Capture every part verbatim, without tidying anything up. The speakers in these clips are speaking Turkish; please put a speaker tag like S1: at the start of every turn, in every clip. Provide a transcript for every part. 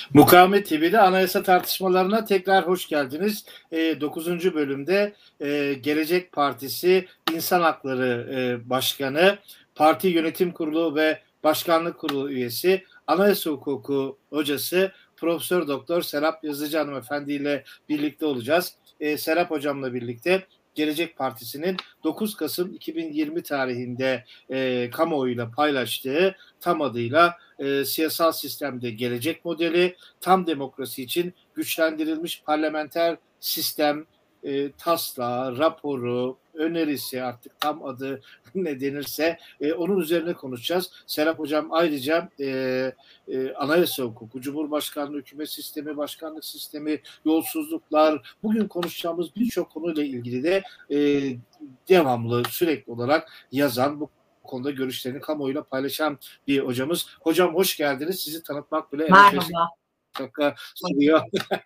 S1: Mukavemet T V'de anayasa tartışmalarına tekrar hoş geldiniz. E, dokuzuncu bölümde e, Gelecek Partisi İnsan Hakları e, Başkanı, Parti Yönetim Kurulu ve Başkanlık Kurulu üyesi, Anayasa Hukuku hocası Profesör Doktor Serap Yazıcı hanımefendi ile birlikte olacağız. E, Serap hocamla birlikte Gelecek Partisi'nin dokuz Kasım iki bin yirmi tarihinde e, kamuoyuyla paylaştığı tam adıyla e, siyasal sistemde gelecek modeli, tam demokrasi için güçlendirilmiş parlamenter sistem e, taslağı, raporu, önerisi, artık tam adı ne denirse e, onun üzerine konuşacağız. Serap hocam ayrıca e, e, anayasa hukuku, Cumhurbaşkanlığı hükümet sistemi, başkanlık sistemi, yolsuzluklar, bugün konuşacağımız birçok konuyla ilgili de e, devamlı, sürekli olarak yazan, bu konuda görüşlerini kamuoyuyla paylaşan bir hocamız. Hocam hoş geldiniz. Sizi tanıtmak bile
S2: Merhaba.
S1: beş dakika sürüyor.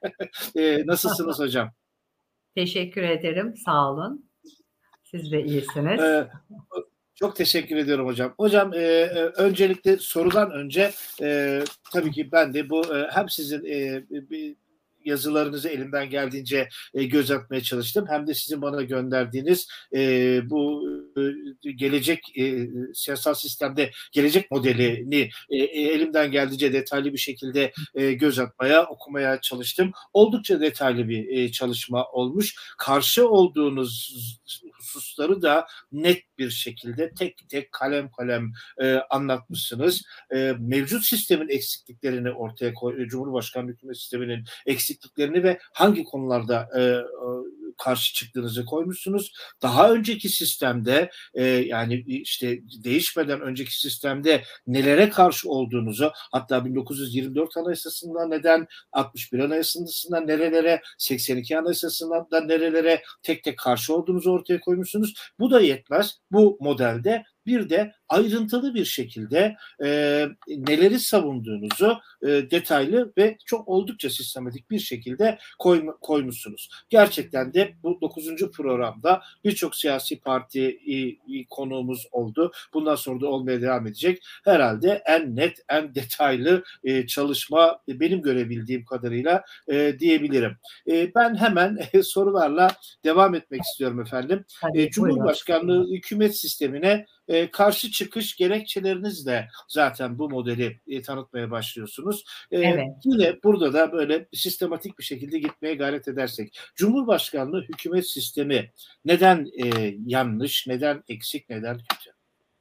S1: e, nasılsınız hocam?
S2: Teşekkür ederim. Sağ olun. Siz de iyisiniz.
S1: Ee, çok teşekkür ediyorum hocam. Hocam e, öncelikle sorudan önce e, tabii ki ben de bu e, hem sizin e, bir yazılarınızı elimden geldiğince e, göz atmaya çalıştım. Hem de sizin bana gönderdiğiniz e, bu e, gelecek e, siyasal sistemde gelecek modelini e, elimden geldiğince detaylı bir şekilde e, göz atmaya, okumaya çalıştım. Oldukça detaylı bir e, çalışma olmuş. Karşı olduğunuz hususları da net bir şekilde tek tek kalem kalem e, anlatmışsınız. E, mevcut sistemin eksikliklerini ortaya koy, Cumhurbaşkanlığı hükümet sisteminin eksikliklerini ve hangi konularda e, e, karşı çıktığınızı koymuşsunuz. Daha önceki sistemde e, yani işte değişmeden önceki sistemde nelere karşı olduğunuzu, hatta bin dokuz yüz yirmi dört Anayasası'ndan neden altmış bir Anayasası'ndan nerelere, seksen iki Anayasası'ndan nerelere tek tek karşı olduğunuzu ortaya koymuşsunuz. Bu da yetmez. Bu modelde bir de ayrıntılı bir şekilde e, neleri savunduğunuzu e, detaylı ve çok oldukça sistematik bir şekilde koy, koymuşsunuz. Gerçekten de bu dokuzuncu programda birçok siyasi parti e, konuğumuz oldu. Bundan sonra da olmaya devam edecek. Herhalde en net, en detaylı e, çalışma e, benim görebildiğim kadarıyla e, diyebilirim. E, ben hemen e, sorularla devam etmek istiyorum efendim.
S2: Tabii,
S1: E, Cumhurbaşkanlığı hükümet sistemine e, karşı çıkış gerekçelerinizle zaten bu modeli e, tanıtmaya başlıyorsunuz. E,
S2: evet.
S1: Yine burada da böyle sistematik bir şekilde gitmeye gayret edersek, Cumhurbaşkanlığı hükümet sistemi neden e, yanlış, neden eksik, neden kötü?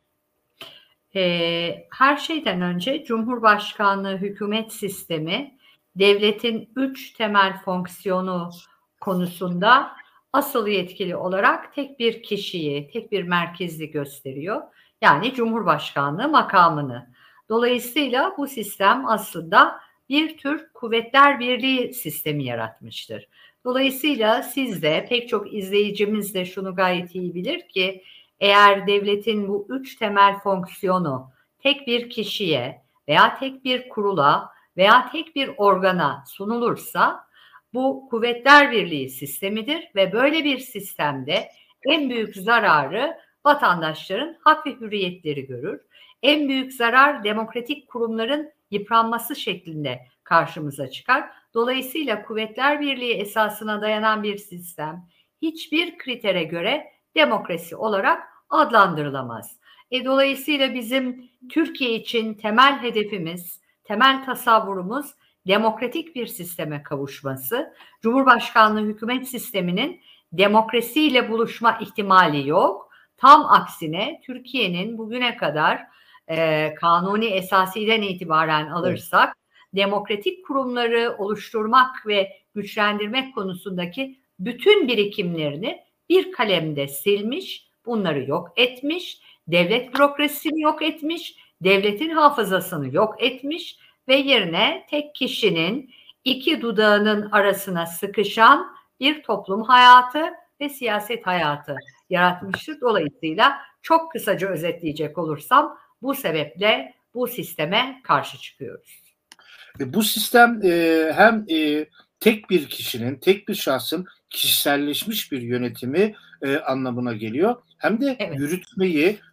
S2: Ee, her şeyden önce Cumhurbaşkanlığı hükümet sistemi devletin üç temel fonksiyonu konusunda asıl yetkili olarak tek bir kişiyi, tek bir merkezli gösteriyor. Yani Cumhurbaşkanlığı makamını. Dolayısıyla bu sistem aslında bir tür kuvvetler birliği sistemi yaratmıştır. Dolayısıyla siz de, pek çok izleyicimiz de şunu gayet iyi bilir ki, eğer devletin bu üç temel fonksiyonu tek bir kişiye veya tek bir kurula veya tek bir organa sunulursa bu kuvvetler birliği sistemidir ve böyle bir sistemde en büyük zararı vatandaşların hak ve hürriyetleri görür. En büyük zarar demokratik kurumların yıpranması şeklinde karşımıza çıkar. Dolayısıyla kuvvetler birliği esasına dayanan bir sistem hiçbir kritere göre demokrasi olarak adlandırılamaz. E, dolayısıyla bizim Türkiye için temel hedefimiz, temel tasavvurumuz demokratik bir sisteme kavuşması. Cumhurbaşkanlığı hükümet sisteminin demokrasiyle buluşma ihtimali yok. Tam aksine Türkiye'nin bugüne kadar e, kanuni esasiden itibaren alırsak evet, demokratik kurumları oluşturmak ve güçlendirmek konusundaki bütün birikimlerini bir kalemde silmiş, bunları yok etmiş, devlet bürokrasisini yok etmiş, devletin hafızasını yok etmiş ve yerine tek kişinin iki dudağının arasına sıkışan bir toplum hayatı ve siyaset hayatı yaratmıştır. Dolayısıyla çok kısaca özetleyecek olursam bu sebeple bu sisteme karşı çıkıyoruz.
S1: Bu sistem e, hem e, tek bir kişinin, tek bir şahsın kişiselleşmiş bir yönetimi e, anlamına geliyor. Hem de evet, yürütmeyi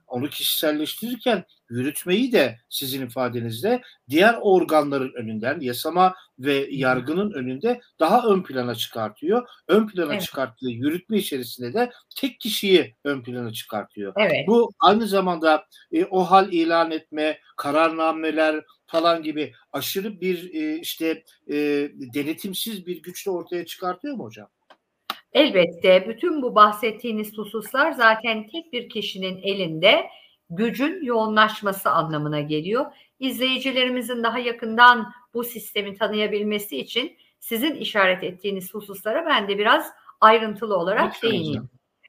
S1: onu kişiselleştirirken yürütmeyi de sizin ifadenizde diğer organların önünden, yasama ve yargının önünde daha ön plana çıkartıyor. Ön plana
S2: Evet.
S1: çıkarttığı yürütme içerisinde de tek kişiyi ön plana çıkartıyor.
S2: Evet.
S1: Bu aynı zamanda e, o hal ilan etme, kararnameler falan gibi aşırı bir e, işte e, denetimsiz bir güçle ortaya çıkartıyor mu hocam?
S2: Elbette bütün bu bahsettiğiniz hususlar zaten tek bir kişinin elinde gücün yoğunlaşması anlamına geliyor. İzleyicilerimizin daha yakından bu sistemi tanıyabilmesi için sizin işaret ettiğiniz hususlara ben de biraz ayrıntılı olarak
S1: Lütfen
S2: değineyim.
S1: hocam.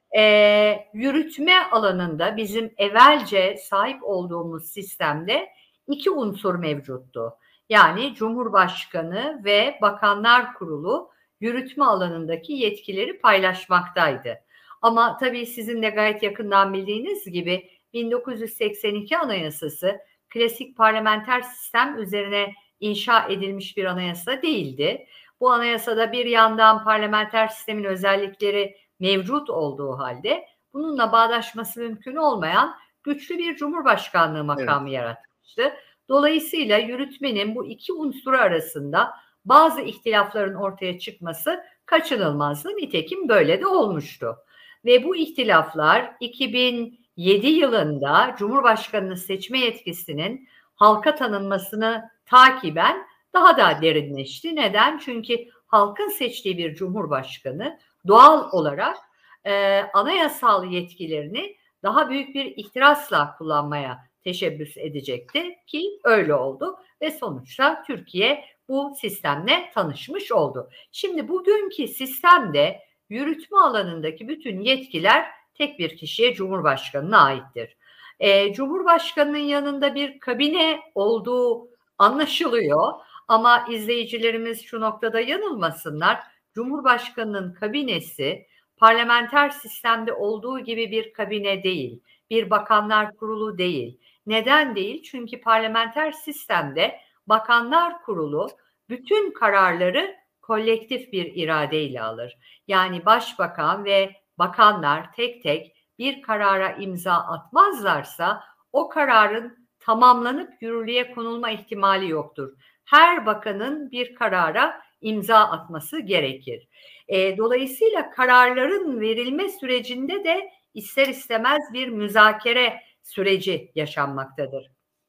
S2: Ee, yürütme alanında bizim evvelce sahip olduğumuz sistemde iki unsur mevcuttu. Yani Cumhurbaşkanı ve Bakanlar Kurulu yürütme alanındaki yetkileri paylaşmaktaydı. Ama tabii sizin de gayet yakından bildiğiniz gibi bin dokuz yüz seksen iki Anayasası klasik parlamenter sistem üzerine inşa edilmiş bir anayasa değildi. Bu anayasada bir yandan parlamenter sistemin özellikleri mevcut olduğu halde bununla bağdaşması mümkün olmayan güçlü bir cumhurbaşkanlığı makamı
S1: Evet.
S2: yaratmıştı. Dolayısıyla yürütmenin bu iki unsuru arasında bazı ihtilafların ortaya çıkması kaçınılmazdı. Nitekim böyle de olmuştu. Ve bu ihtilaflar iki bin yedi yılında Cumhurbaşkanı'nın seçme yetkisinin halka tanınmasını takiben daha da derinleşti. Neden? Çünkü halkın seçtiği bir cumhurbaşkanı doğal olarak e, anayasal yetkilerini daha büyük bir ihtirasla kullanmaya teşebbüs edecekti ki öyle oldu ve sonuçta Türkiye bu sistemle tanışmış oldu. Şimdi bugünkü sistemde yürütme alanındaki bütün yetkiler tek bir kişiye, Cumhurbaşkanı'na aittir. E, Cumhurbaşkanı'nın yanında bir kabine olduğu anlaşılıyor ama izleyicilerimiz şu noktada yanılmasınlar. Cumhurbaşkanı'nın kabinesi parlamenter sistemde olduğu gibi bir kabine değil, bir bakanlar kurulu değil. Neden değil? Çünkü parlamenter sistemde bakanlar kurulu bütün kararları kolektif bir iradeyle alır. Yani başbakan ve bakanlar tek tek bir karara imza atmazlarsa o kararın tamamlanıp yürürlüğe konulma ihtimali yoktur. Her bakanın bir karara imza atması gerekir. E, dolayısıyla kararların verilme sürecinde de ister istemez bir müzakere süreci yaşanmaktadır.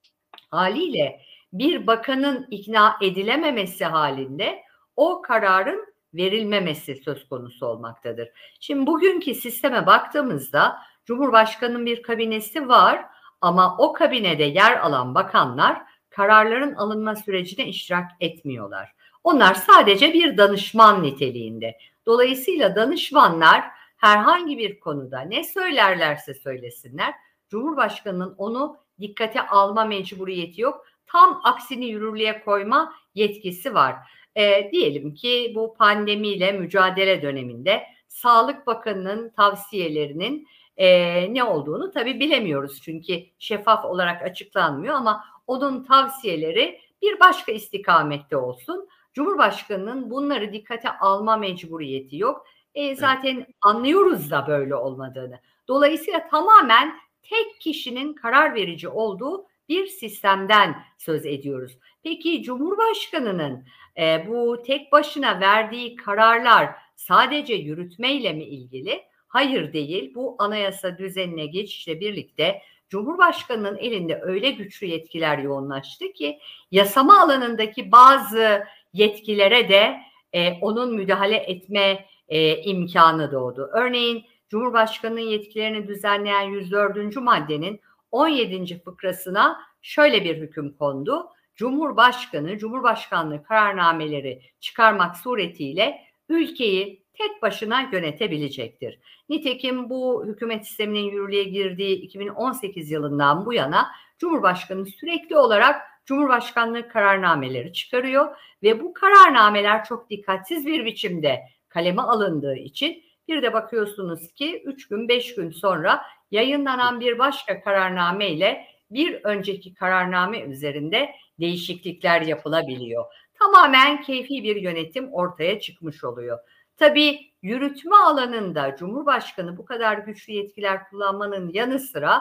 S2: Haliyle bir bakanın ikna edilememesi halinde o kararın verilmemesi söz konusu olmaktadır. Şimdi bugünkü sisteme baktığımızda Cumhurbaşkanı'nın bir kabinesi var ama o kabinede yer alan bakanlar kararların alınma sürecine iştirak etmiyorlar. Onlar sadece bir danışman niteliğinde. Dolayısıyla danışmanlar herhangi bir konuda ne söylerlerse söylesinler, Cumhurbaşkanı'nın onu dikkate alma mecburiyeti yok. Tam aksini yürürlüğe koyma yetkisi var. E, diyelim ki bu pandemiyle mücadele döneminde Sağlık Bakanı'nın tavsiyelerinin e, ne olduğunu tabii bilemiyoruz. Çünkü şeffaf olarak açıklanmıyor ama onun tavsiyeleri bir başka istikamette olsun. Cumhurbaşkanının bunları dikkate alma mecburiyeti yok. E, zaten anlıyoruz da böyle olmadığını. Dolayısıyla tamamen tek kişinin karar verici olduğu bir sistemden söz ediyoruz. Peki Cumhurbaşkanı'nın e, bu tek başına verdiği kararlar sadece yürütmeyle mi ilgili? Hayır değil. Bu anayasa düzenine geçişle birlikte Cumhurbaşkanı'nın elinde öyle güçlü yetkiler yoğunlaştı ki yasama alanındaki bazı yetkilere de e, onun müdahale etme e, imkanı doğdu. Örneğin Cumhurbaşkanı'nın yetkilerini düzenleyen yüz dördüncü maddenin on yedinci fıkrasına şöyle bir hüküm kondu. Cumhurbaşkanı, Cumhurbaşkanlığı kararnameleri çıkarmak suretiyle ülkeyi tek başına yönetebilecektir. Nitekim bu hükümet sisteminin yürürlüğe girdiği iki bin on sekiz yılından bu yana Cumhurbaşkanı sürekli olarak Cumhurbaşkanlığı kararnameleri çıkarıyor ve bu kararnameler çok dikkatsiz bir biçimde kaleme alındığı için bir de bakıyorsunuz ki üç gün beş gün sonra yayınlanan bir başka kararname ile bir önceki kararname üzerinde değişiklikler yapılabiliyor. Tamamen keyfi bir yönetim ortaya çıkmış oluyor. Tabii yürütme alanında Cumhurbaşkanı bu kadar güçlü yetkiler kullanmanın yanı sıra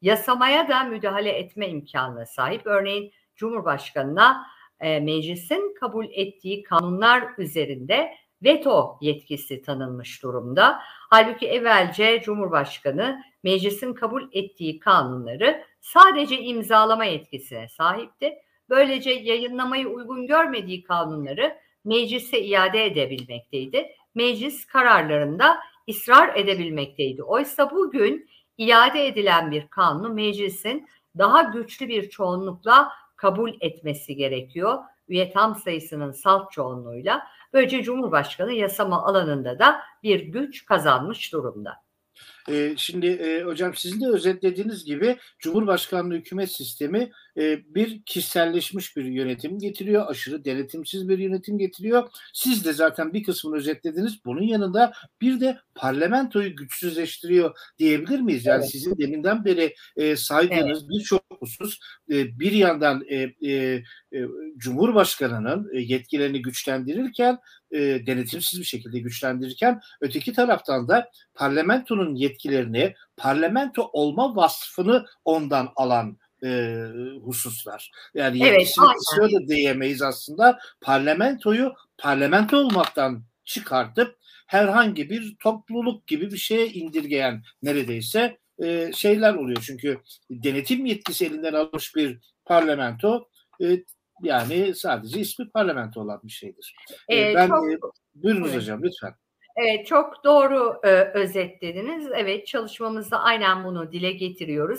S2: yasamaya da müdahale etme imkanına sahip. Örneğin Cumhurbaşkanı'na e, meclisin kabul ettiği kanunlar üzerinde veto yetkisi tanınmış durumda. Halbuki evvelce Cumhurbaşkanı meclisin kabul ettiği kanunları sadece imzalama yetkisine sahipti. Böylece yayınlamayı uygun görmediği kanunları meclise iade edebilmekteydi. Meclis kararlarında ısrar edebilmekteydi. Oysa bugün iade edilen bir kanunu meclisin daha güçlü bir çoğunlukla kabul etmesi gerekiyor. Üye tam sayısının salt çoğunluğuyla. Böylece Cumhurbaşkanı yasama alanında da bir güç kazanmış durumda.
S1: E, şimdi e, hocam sizin de özetlediğiniz gibi Cumhurbaşkanlığı hükümet sistemi e, bir kişiselleşmiş bir yönetim getiriyor. Aşırı denetimsiz bir yönetim getiriyor. Siz de zaten bir kısmını özetlediniz. Bunun yanında bir de parlamentoyu güçsüzleştiriyor diyebilir miyiz? Yani evet. Sizin deminden beri e, saydığınız evet. birçok husus e, bir yandan e, e, e, Cumhurbaşkanı'nın e, yetkilerini güçlendirirken e, denetimsiz bir şekilde güçlendirirken öteki taraftan da parlamentonun yetkilerini, parlamento olma vasfını ondan alan e, hususlar. Yani yetkisini evet, şöyle diyemeyiz aslında, parlamentoyu parlamento olmaktan çıkartıp herhangi bir topluluk gibi bir şeye indirgeyen neredeyse e, şeyler oluyor. Çünkü denetim yetkisi elinden almış bir parlamento e, yani sadece ismi parlamento olan bir şeydir. E, ee, ben çok, e, buyurunuz evet. hocam lütfen.
S2: Evet, çok doğru e, özetlediniz. Evet, çalışmamızda aynen bunu dile getiriyoruz.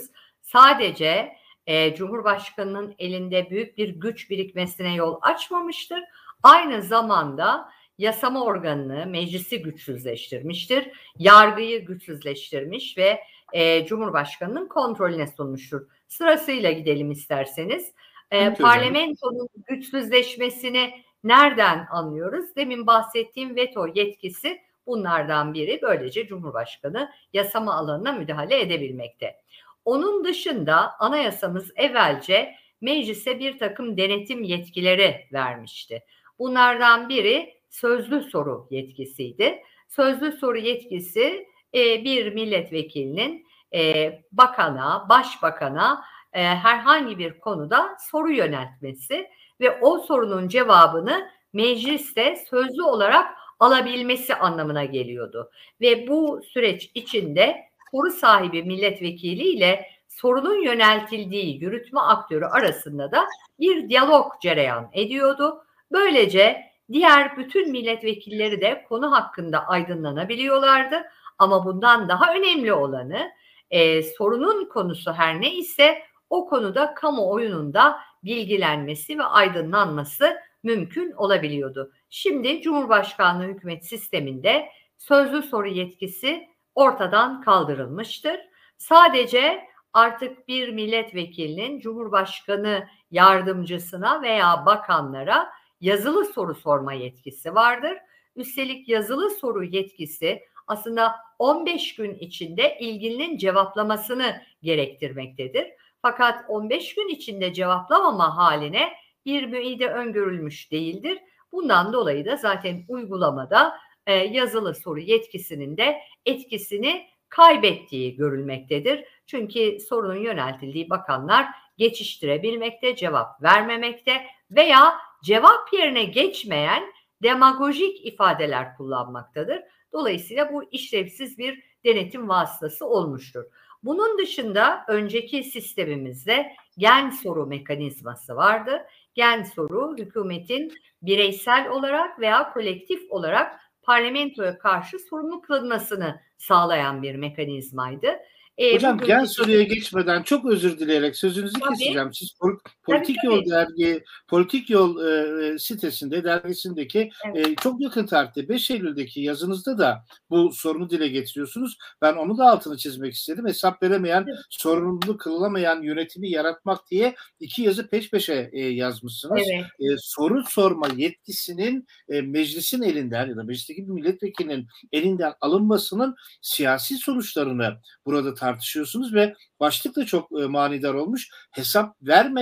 S2: Sadece e, Cumhurbaşkanı'nın elinde büyük bir güç birikmesine yol açmamıştır. Aynı zamanda yasama organını, meclisi güçsüzleştirmiştir. Yargıyı güçsüzleştirmiş ve e, Cumhurbaşkanı'nın kontrolüne sunmuştur. Sırasıyla gidelim isterseniz. E, parlamentonun güçsüzleşmesini nereden anlıyoruz? Demin bahsettiğim veto yetkisi bunlardan biri. Böylece Cumhurbaşkanı yasama alanına müdahale edebilmekte. Onun dışında anayasamız evvelce meclise bir takım denetim yetkileri vermişti. Bunlardan biri sözlü soru yetkisiydi. Sözlü soru yetkisi e, bir milletvekilinin e, bakana, başbakana e, herhangi bir konuda soru yöneltmesi ve o sorunun cevabını mecliste sözlü olarak alabilmesi anlamına geliyordu. Ve bu süreç içinde soru sahibi milletvekili ile sorunun yöneltildiği yürütme aktörü arasında da bir diyalog cereyan ediyordu. Böylece diğer bütün milletvekilleri de konu hakkında aydınlanabiliyorlardı. Ama bundan daha önemli olanı e, sorunun konusu her ne ise o konuda kamuoyunun da bilgilenmesi ve aydınlanması mümkün olabiliyordu. Şimdi Cumhurbaşkanlığı hükümet sisteminde sözlü soru yetkisi ortadan kaldırılmıştır. Sadece artık bir milletvekilinin Cumhurbaşkanı yardımcısına veya bakanlara yazılı soru sorma yetkisi vardır. Üstelik yazılı soru yetkisi aslında on beş gün içinde ilgilinin cevaplamasını gerektirmektedir. Fakat on beş gün içinde cevaplamama haline bir müeyyide öngörülmüş değildir. Bundan dolayı da zaten uygulamada e, yazılı soru yetkisinin de etkisini kaybettiği görülmektedir. Çünkü sorunun yöneltildiği bakanlar geçiştirebilmekte, cevap vermemekte veya cevap yerine geçmeyen demagojik ifadeler kullanmaktadır. Dolayısıyla bu işlevsiz bir denetim vasıtası olmuştur. Bunun dışında önceki sistemimizde gen soru mekanizması vardı. Gen soru hükümetin bireysel olarak veya kolektif olarak parlamentoya karşı sorumlu kılınmasını sağlayan bir mekanizmaydı.
S1: E, Hocam gen soruya geçmeden çok özür dileyerek sözünüzü tabii, keseceğim. Siz Politik tabii, Yol tabii. dergi, Politik Yol e, sitesinde, dergisindeki evet. e, çok yakın tarihte beş Eylül'deki yazınızda da bu sorunu dile getiriyorsunuz. Ben onu da altını çizmek istedim. Hesap veremeyen, evet. sorumlu kılınamayan yönetimi yaratmak diye iki yazı peş peşe e, yazmışsınız. Evet. E, soru sorma yetkisinin e, meclisin elinden ya da meclisteki bir milletvekilinin elinden alınmasının siyasi sonuçlarını burada tartışıyorsunuz ve başlık da çok e, manidar olmuş. Hesap vermeyen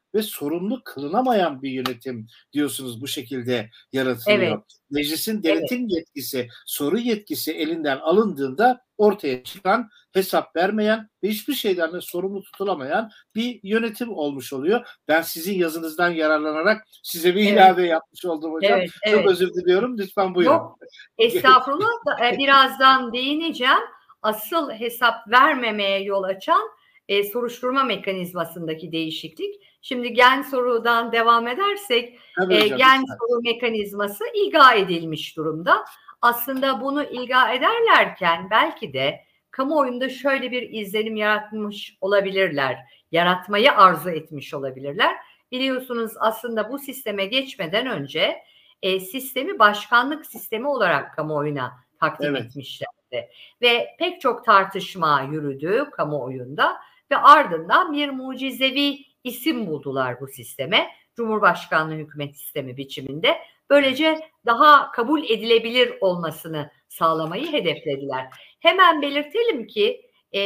S1: ve sorumlu kılınamayan bir yönetim diyorsunuz bu şekilde yaratılıyor.
S2: Evet.
S1: Meclisin
S2: Evet.
S1: denetim yetkisi, soru yetkisi elinden alındığında ortaya çıkan hesap vermeyen ve hiçbir şeyden de sorumlu tutulamayan bir yönetim olmuş oluyor. Ben sizin yazınızdan yararlanarak size bir
S2: Evet.
S1: ilave yapmış oldum hocam.
S2: Evet,
S1: Çok
S2: evet.
S1: özür diliyorum. Lütfen buyurun.
S2: Yok, estağfurullah. Da- Birazdan değineceğim. Asıl hesap vermemeye yol açan e, soruşturma mekanizmasındaki değişiklik. Şimdi gen sorudan devam edersek,
S1: Tabii
S2: e,
S1: hocam,
S2: gen
S1: lütfen.
S2: soru mekanizması ilga edilmiş durumda. Aslında bunu ilga ederlerken belki de kamuoyunda şöyle bir izlenim yaratmış olabilirler, yaratmayı arzu etmiş olabilirler. Biliyorsunuz aslında bu sisteme geçmeden önce e, sistemi başkanlık sistemi olarak kamuoyuna takdim
S1: Evet.
S2: etmişlerdi. Ve pek çok tartışma yürüdü kamuoyunda ve ardından bir mucizevi isim buldular bu sisteme. Cumhurbaşkanlığı hükümet sistemi biçiminde. Böylece daha kabul edilebilir olmasını sağlamayı hedeflediler. Hemen belirtelim ki e,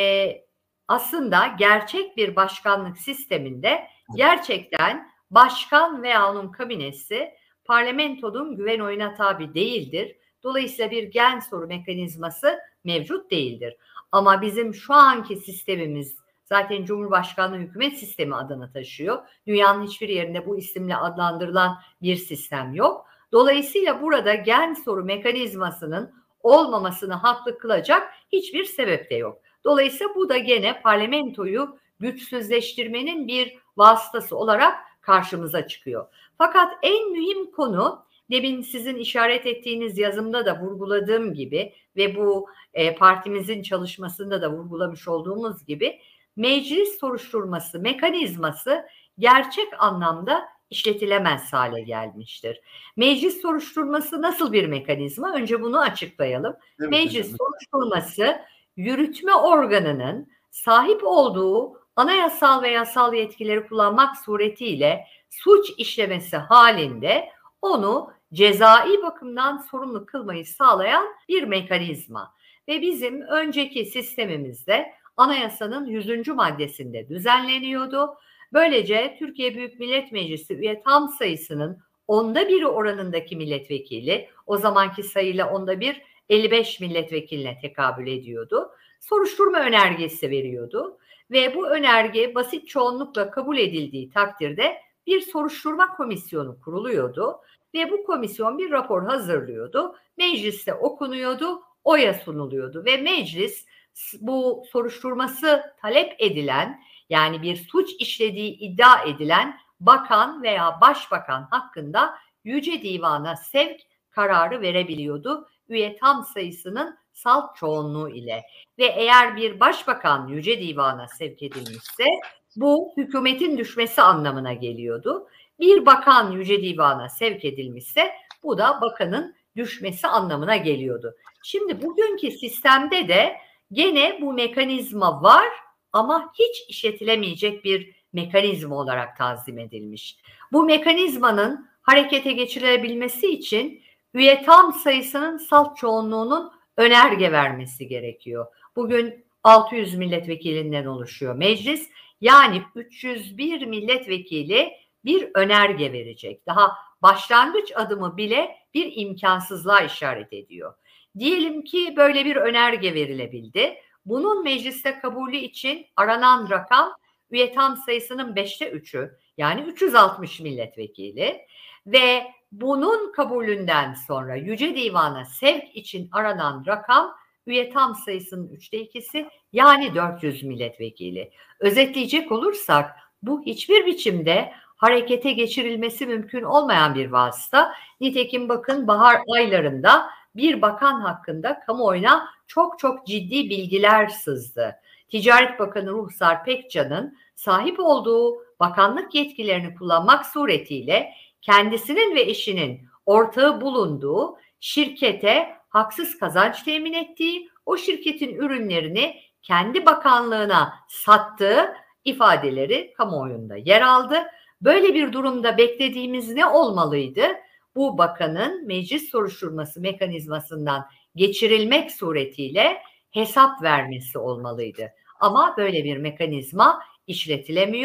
S2: aslında gerçek bir başkanlık sisteminde gerçekten başkan veya onun kabinesi parlamentonun güven oyuna tabi değildir. Dolayısıyla bir gen soru mekanizması mevcut değildir. Ama bizim şu anki sistemimiz zaten Cumhurbaşkanlığı hükümet sistemi adını taşıyor. Dünyanın hiçbir yerinde bu isimle adlandırılan bir sistem yok. Dolayısıyla burada gen soru mekanizmasının olmamasını haklı kılacak hiçbir sebep de yok. Dolayısıyla bu da gene parlamentoyu güçsüzleştirmenin bir vasıtası olarak karşımıza çıkıyor. Fakat en mühim konu, demin sizin işaret ettiğiniz yazımda da vurguladığım gibi ve bu e, partimizin çalışmasında da vurgulamış olduğumuz gibi, meclis soruşturması mekanizması gerçek anlamda işletilemez hale gelmiştir. Meclis soruşturması nasıl bir mekanizma? Önce bunu açıklayalım.
S1: Evet
S2: Meclis
S1: hocam.
S2: soruşturması yürütme organının sahip olduğu anayasal ve yasal yetkileri kullanmak suretiyle suç işlemesi halinde onu cezai bakımdan sorumlu kılmayı sağlayan bir mekanizma. Ve bizim önceki sistemimizde anayasanın yüzüncü maddesinde düzenleniyordu. Böylece Türkiye Büyük Millet Meclisi üye tam sayısının onda biri oranındaki milletvekili, o zamanki sayıyla onda bir, elli beş milletvekiline tekabül ediyordu. Soruşturma önergesi veriyordu ve bu önerge basit çoğunlukla kabul edildiği takdirde bir soruşturma komisyonu kuruluyordu ve bu komisyon bir rapor hazırlıyordu. Mecliste okunuyordu, oya sunuluyordu ve meclis bu soruşturması talep edilen, yani bir suç işlediği iddia edilen bakan veya başbakan hakkında Yüce Divan'a sevk kararı verebiliyordu üye tam sayısının salt çoğunluğu ile. Ve eğer bir başbakan Yüce Divan'a sevk edilmişse bu hükümetin düşmesi anlamına geliyordu. Bir bakan Yüce Divan'a sevk edilmişse bu da bakanın düşmesi anlamına geliyordu. Şimdi bugünkü sistemde de gene bu mekanizma var ama hiç işletilemeyecek bir mekanizma olarak tanzim edilmiş. Bu mekanizmanın harekete geçirilebilmesi için üye tam sayısının salt çoğunluğunun önerge vermesi gerekiyor. Bugün altı yüz milletvekilinden oluşuyor meclis. Yani üç yüz bir milletvekili bir önerge verecek. Daha başlangıç adımı bile bir imkansızlığa işaret ediyor. Diyelim ki böyle bir önerge verilebildi. Bunun mecliste kabulü için aranan rakam üye tam sayısının beşte üçü, yani üç yüz altmış milletvekili ve bunun kabulünden sonra Yüce Divan'a sevk için aranan rakam üye tam sayısının üçte ikisi, yani dört yüz milletvekili. Özetleyecek olursak bu hiçbir biçimde harekete geçirilmesi mümkün olmayan bir vasıta. Nitekim bakın bahar aylarında bir bakan hakkında kamuoyuna çok çok ciddi bilgiler sızdı. Ticaret Bakanı Ruhsar Pekcan'ın sahip olduğu bakanlık yetkilerini kullanmak suretiyle kendisinin ve eşinin ortağı bulunduğu şirkete haksız kazanç temin ettiği, o şirketin ürünlerini kendi bakanlığına sattığı ifadeleri kamuoyunda yer aldı. Böyle bir durumda beklediğimiz ne olmalıydı? Bu bakanın meclis soruşturması mekanizmasından geçirilmek suretiyle hesap vermesi olmalıydı. Ama böyle bir mekanizma işletilemiyor.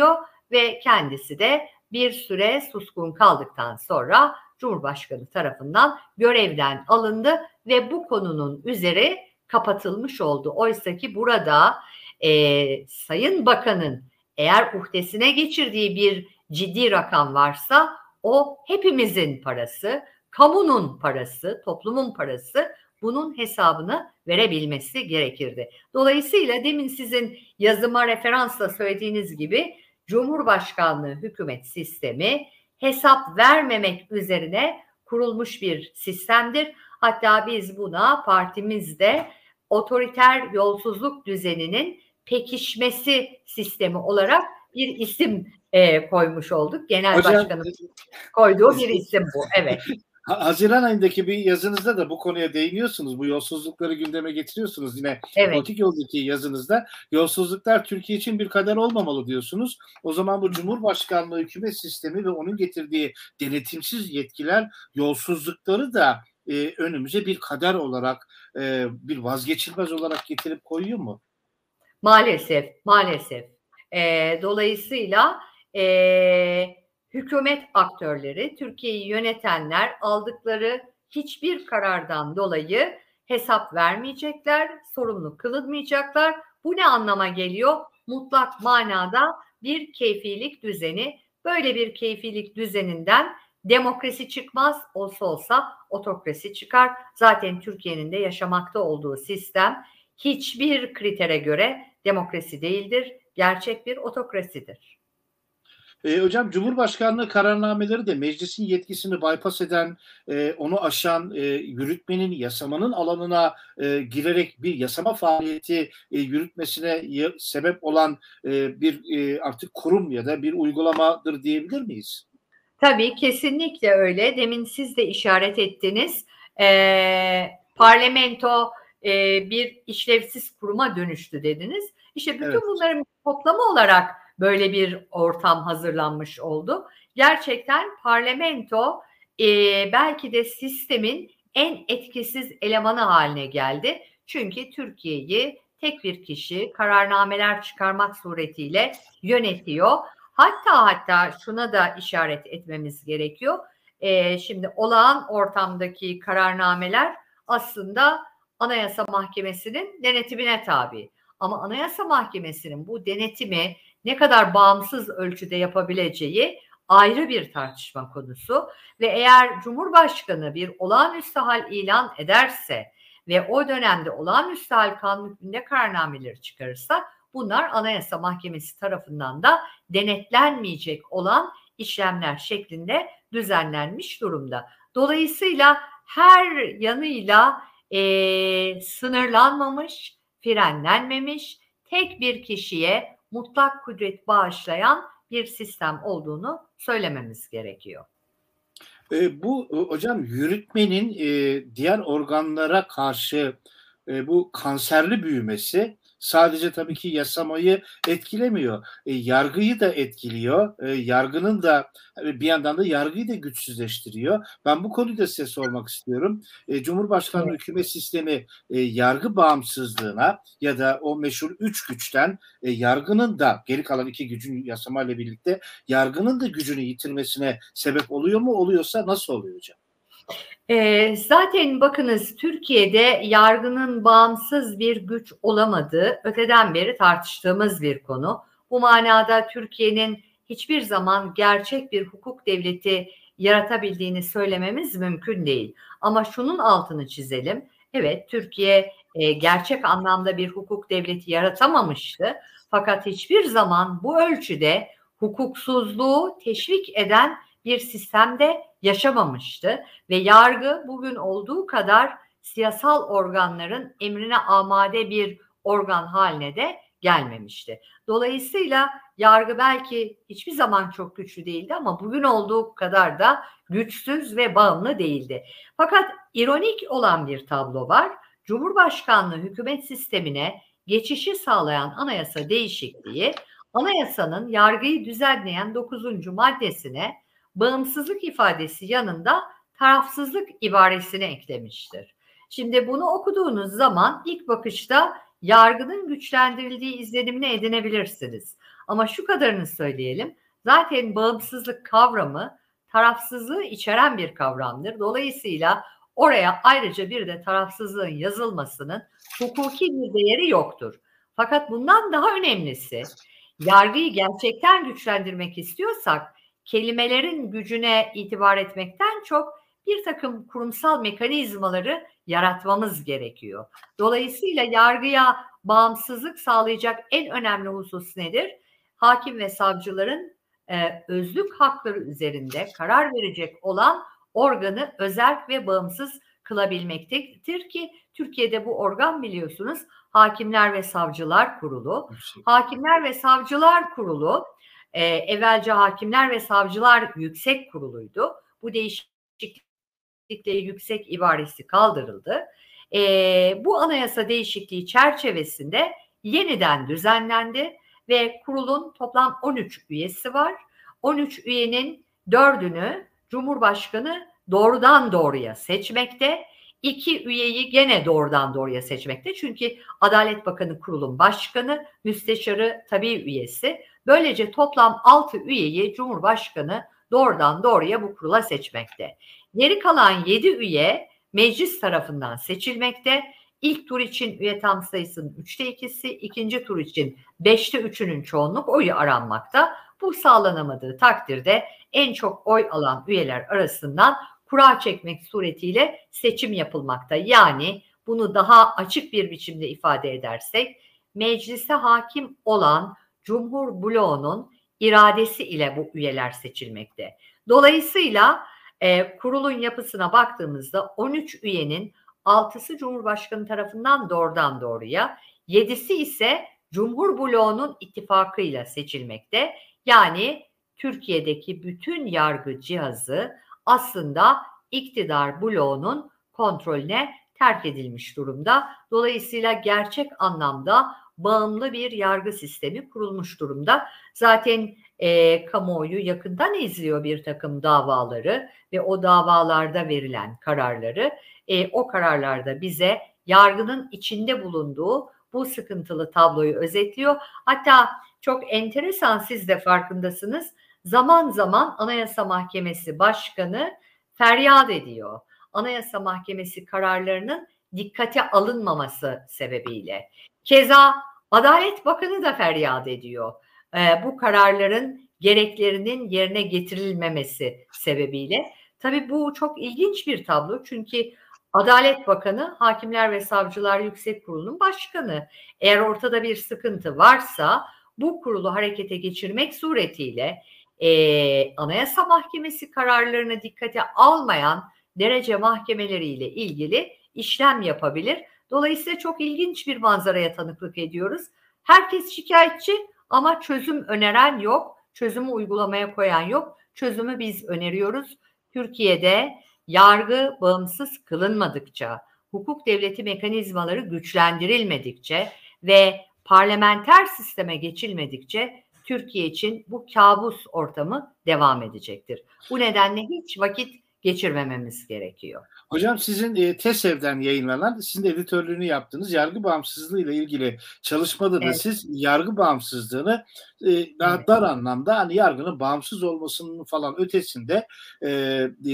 S2: ve kendisi de bir süre suskun kaldıktan sonra Cumhurbaşkanı tarafından görevden alındı ve bu konunun üzeri kapatılmış oldu. Oysa ki burada e, Sayın Bakan'ın eğer uhdesine geçirdiği bir ciddi rakam varsa o hepimizin parası, kamunun parası, toplumun parası, bunun hesabını verebilmesi gerekirdi. Dolayısıyla demin sizin yazıma referansla söylediğiniz gibi Cumhurbaşkanlığı hükümet sistemi hesap vermemek üzerine kurulmuş bir sistemdir. Hatta biz buna partimizde otoriter yolsuzluk düzeninin pekişmesi sistemi olarak bir isim e, koymuş olduk. Genel
S1: Hocam,
S2: Başkanım koyduğu bir isim bu. Evet.
S1: Haziran ayındaki bir yazınızda da bu konuya değiniyorsunuz. Bu yolsuzlukları gündeme getiriyorsunuz. Yine
S2: Evet.
S1: Politik Yol'daki yazınızda yolsuzluklar Türkiye için bir kader olmamalı diyorsunuz. O zaman bu Cumhurbaşkanlığı hükümet sistemi ve onun getirdiği denetimsiz yetkiler yolsuzlukları da e, önümüze bir kader olarak, e, bir vazgeçilmez olarak getirip koyuyor mu?
S2: Maalesef, maalesef. E, dolayısıyla e, hükümet aktörleri, Türkiye'yi yönetenler aldıkları hiçbir karardan dolayı hesap vermeyecekler, sorumlu kılınmayacaklar. Bu ne anlama geliyor? Mutlak manada bir keyfilik düzeni. Böyle bir keyfilik düzeninden demokrasi çıkmaz, olsa olsa otokrasi çıkar. Zaten Türkiye'nin de yaşamakta olduğu sistem hiçbir kritere göre demokrasi değildir, gerçek bir otokrasidir.
S1: E, hocam Cumhurbaşkanlığı kararnameleri de meclisin yetkisini bypass eden, e, onu aşan, e, yürütmenin, yasamanın alanına e, girerek bir yasama faaliyeti e, yürütmesine y- sebep olan e, bir e, artık kurum ya da bir uygulamadır diyebilir miyiz?
S2: Tabii kesinlikle öyle. Demin siz de işaret ettiniz. Ee, parlamento e, bir işlevsiz kuruma dönüştü dediniz. İşte bütün
S1: Evet.
S2: bunların toplamı olarak böyle bir ortam hazırlanmış oldu. Gerçekten parlamento e, belki de sistemin en etkisiz elemanı haline geldi. Çünkü Türkiye'yi tek bir kişi kararnameler çıkarmak suretiyle yönetiyor. Hatta hatta şuna da işaret etmemiz gerekiyor. Ee, şimdi olağan ortamdaki kararnameler aslında Anayasa Mahkemesi'nin denetimine tabi. Ama Anayasa Mahkemesi'nin bu denetimi ne kadar bağımsız ölçüde yapabileceği ayrı bir tartışma konusu. Ve eğer Cumhurbaşkanı bir olağanüstü hal ilan ederse ve o dönemde olağanüstü hal kanun hükmünde kararnameleri çıkarırsa bunlar Anayasa Mahkemesi tarafından da denetlenmeyecek olan işlemler şeklinde düzenlenmiş durumda. Dolayısıyla her yanıyla e, sınırlanmamış, frenlenmemiş, tek bir kişiye mutlak kudret bağışlayan bir sistem olduğunu söylememiz gerekiyor.
S1: E, bu hocam yürütmenin e, diğer organlara karşı e, bu kanserli büyümesi sadece tabii ki yasamayı etkilemiyor. E, yargıyı da etkiliyor. E, yargının da bir yandan da yargıyı da güçsüzleştiriyor. Ben bu konuda size sormak istiyorum. E, Cumhurbaşkanlığı
S2: Evet.
S1: hükümet sistemi e, yargı bağımsızlığına ya da o meşhur üç güçten e, yargının da geri kalan iki gücün yasamayla birlikte yargının da gücünü yitirmesine sebep oluyor mu? Oluyorsa nasıl oluyor hocam?
S2: E, zaten bakınız Türkiye'de yargının bağımsız bir güç olamadığı öteden beri tartıştığımız bir konu. Bu manada Türkiye'nin hiçbir zaman gerçek bir hukuk devleti yaratabildiğini söylememiz mümkün değil. Ama şunun altını çizelim. Evet, Türkiye e, gerçek anlamda bir hukuk devleti yaratamamıştı. Fakat hiçbir zaman bu ölçüde hukuksuzluğu teşvik eden bir sistemde yaşamamıştı ve yargı bugün olduğu kadar siyasal organların emrine amade bir organ haline de gelmemişti. Dolayısıyla yargı belki hiçbir zaman çok güçlü değildi ama bugün olduğu kadar da güçsüz ve bağımlı değildi. Fakat ironik olan bir tablo var. Cumhurbaşkanlığı hükümet sistemine geçişi sağlayan anayasa değişikliği, anayasanın yargıyı düzenleyen dokuzuncu maddesine bağımsızlık ifadesi yanında tarafsızlık ibaresini eklemiştir. Şimdi bunu okuduğunuz zaman ilk bakışta yargının güçlendirildiği izlenimini edinebilirsiniz. Ama şu kadarını söyleyelim. Zaten bağımsızlık kavramı tarafsızlığı içeren bir kavramdır. Dolayısıyla oraya ayrıca bir de tarafsızlığın yazılmasının hukuki bir değeri yoktur. Fakat bundan daha önemlisi, yargıyı gerçekten güçlendirmek istiyorsak kelimelerin gücüne itibar etmekten çok bir takım kurumsal mekanizmaları yaratmamız gerekiyor. Dolayısıyla yargıya bağımsızlık sağlayacak en önemli husus nedir? Hakim ve savcıların e, özlük hakları üzerinde karar verecek olan organı özerk ve bağımsız kılabilmektedir ki Türkiye'de bu organ biliyorsunuz Hakimler ve Savcılar Kurulu. Hakimler ve Savcılar Kurulu e, evvelce Hakimler ve Savcılar Yüksek Kurulu'ydu. Bu değişiklikle yüksek ibaresi kaldırıldı. E, bu anayasa değişikliği çerçevesinde yeniden düzenlendi ve kurulun toplam on üç üyesi var. on üç üyenin dördünü Cumhurbaşkanı doğrudan doğruya seçmekte. İki üyeyi gene doğrudan doğruya seçmekte. Çünkü Adalet Bakanı kurulun başkanı, müsteşarı tabii üyesi. Böylece toplam altı üyeyi Cumhurbaşkanı doğrudan doğruya bu kurula seçmekte. Geri kalan yedi üye meclis tarafından seçilmekte. İlk tur için üye tam sayısının üçte ikisi, ikinci tur için beşte üçünün çoğunluk oyu aranmakta. Bu sağlanamadığı takdirde en çok oy alan üyeler arasından kura çekmek suretiyle seçim yapılmakta. Yani bunu daha açık bir biçimde ifade edersek, meclise hakim olan Cumhur bloğunun iradesi ile bu üyeler seçilmekte. Dolayısıyla e, kurulun yapısına baktığımızda on üç üyenin altısı Cumhurbaşkanı tarafından doğrudan doğruya, yedisi ise Cumhur bloğunun ittifakıyla seçilmekte. Yani Türkiye'deki bütün yargı cihazı aslında iktidar bloğunun kontrolüne terk edilmiş durumda. Dolayısıyla gerçek anlamda bağımlı bir yargı sistemi kurulmuş durumda. Zaten e, kamuoyu yakından izliyor bir takım davaları ve o davalarda verilen kararları. E, o kararlarda bize yargının içinde bulunduğu bu sıkıntılı tabloyu özetliyor. Hatta çok enteresan, siz de farkındasınız. Zaman zaman Anayasa Mahkemesi Başkanı feryat ediyor. Anayasa Mahkemesi kararlarının dikkate alınmaması sebebiyle. Keza Adalet Bakanı da feryat ediyor. Ee, bu kararların gereklerinin yerine getirilmemesi sebebiyle. Tabii bu çok ilginç bir tablo. Çünkü Adalet Bakanı Hakimler ve Savcılar Yüksek Kurulu'nun başkanı. Eğer ortada bir sıkıntı varsa bu kurulu harekete geçirmek suretiyle e, Anayasa Mahkemesi kararlarını dikkate almayan derece mahkemeleriyle ilgili işlem yapabilir. Dolayısıyla çok ilginç bir manzaraya tanıklık ediyoruz. Herkes şikayetçi ama çözüm öneren yok, çözümü uygulamaya koyan yok. Çözümü biz öneriyoruz. Türkiye'de yargı bağımsız kılınmadıkça, hukuk devleti mekanizmaları güçlendirilmedikçe ve parlamenter sisteme geçilmedikçe Türkiye için bu kabus ortamı devam edecektir. Bu nedenle hiç vakit geçirmememiz gerekiyor.
S1: Hocam sizin e, TESEV'den yayınlanan, sizin editörlüğünü yaptığınız yargı bağımsızlığı ile ilgili çalışmada da evet, siz yargı bağımsızlığını e, daha evet, dar anlamda hani yargının bağımsız olmasının falan ötesinde e, e,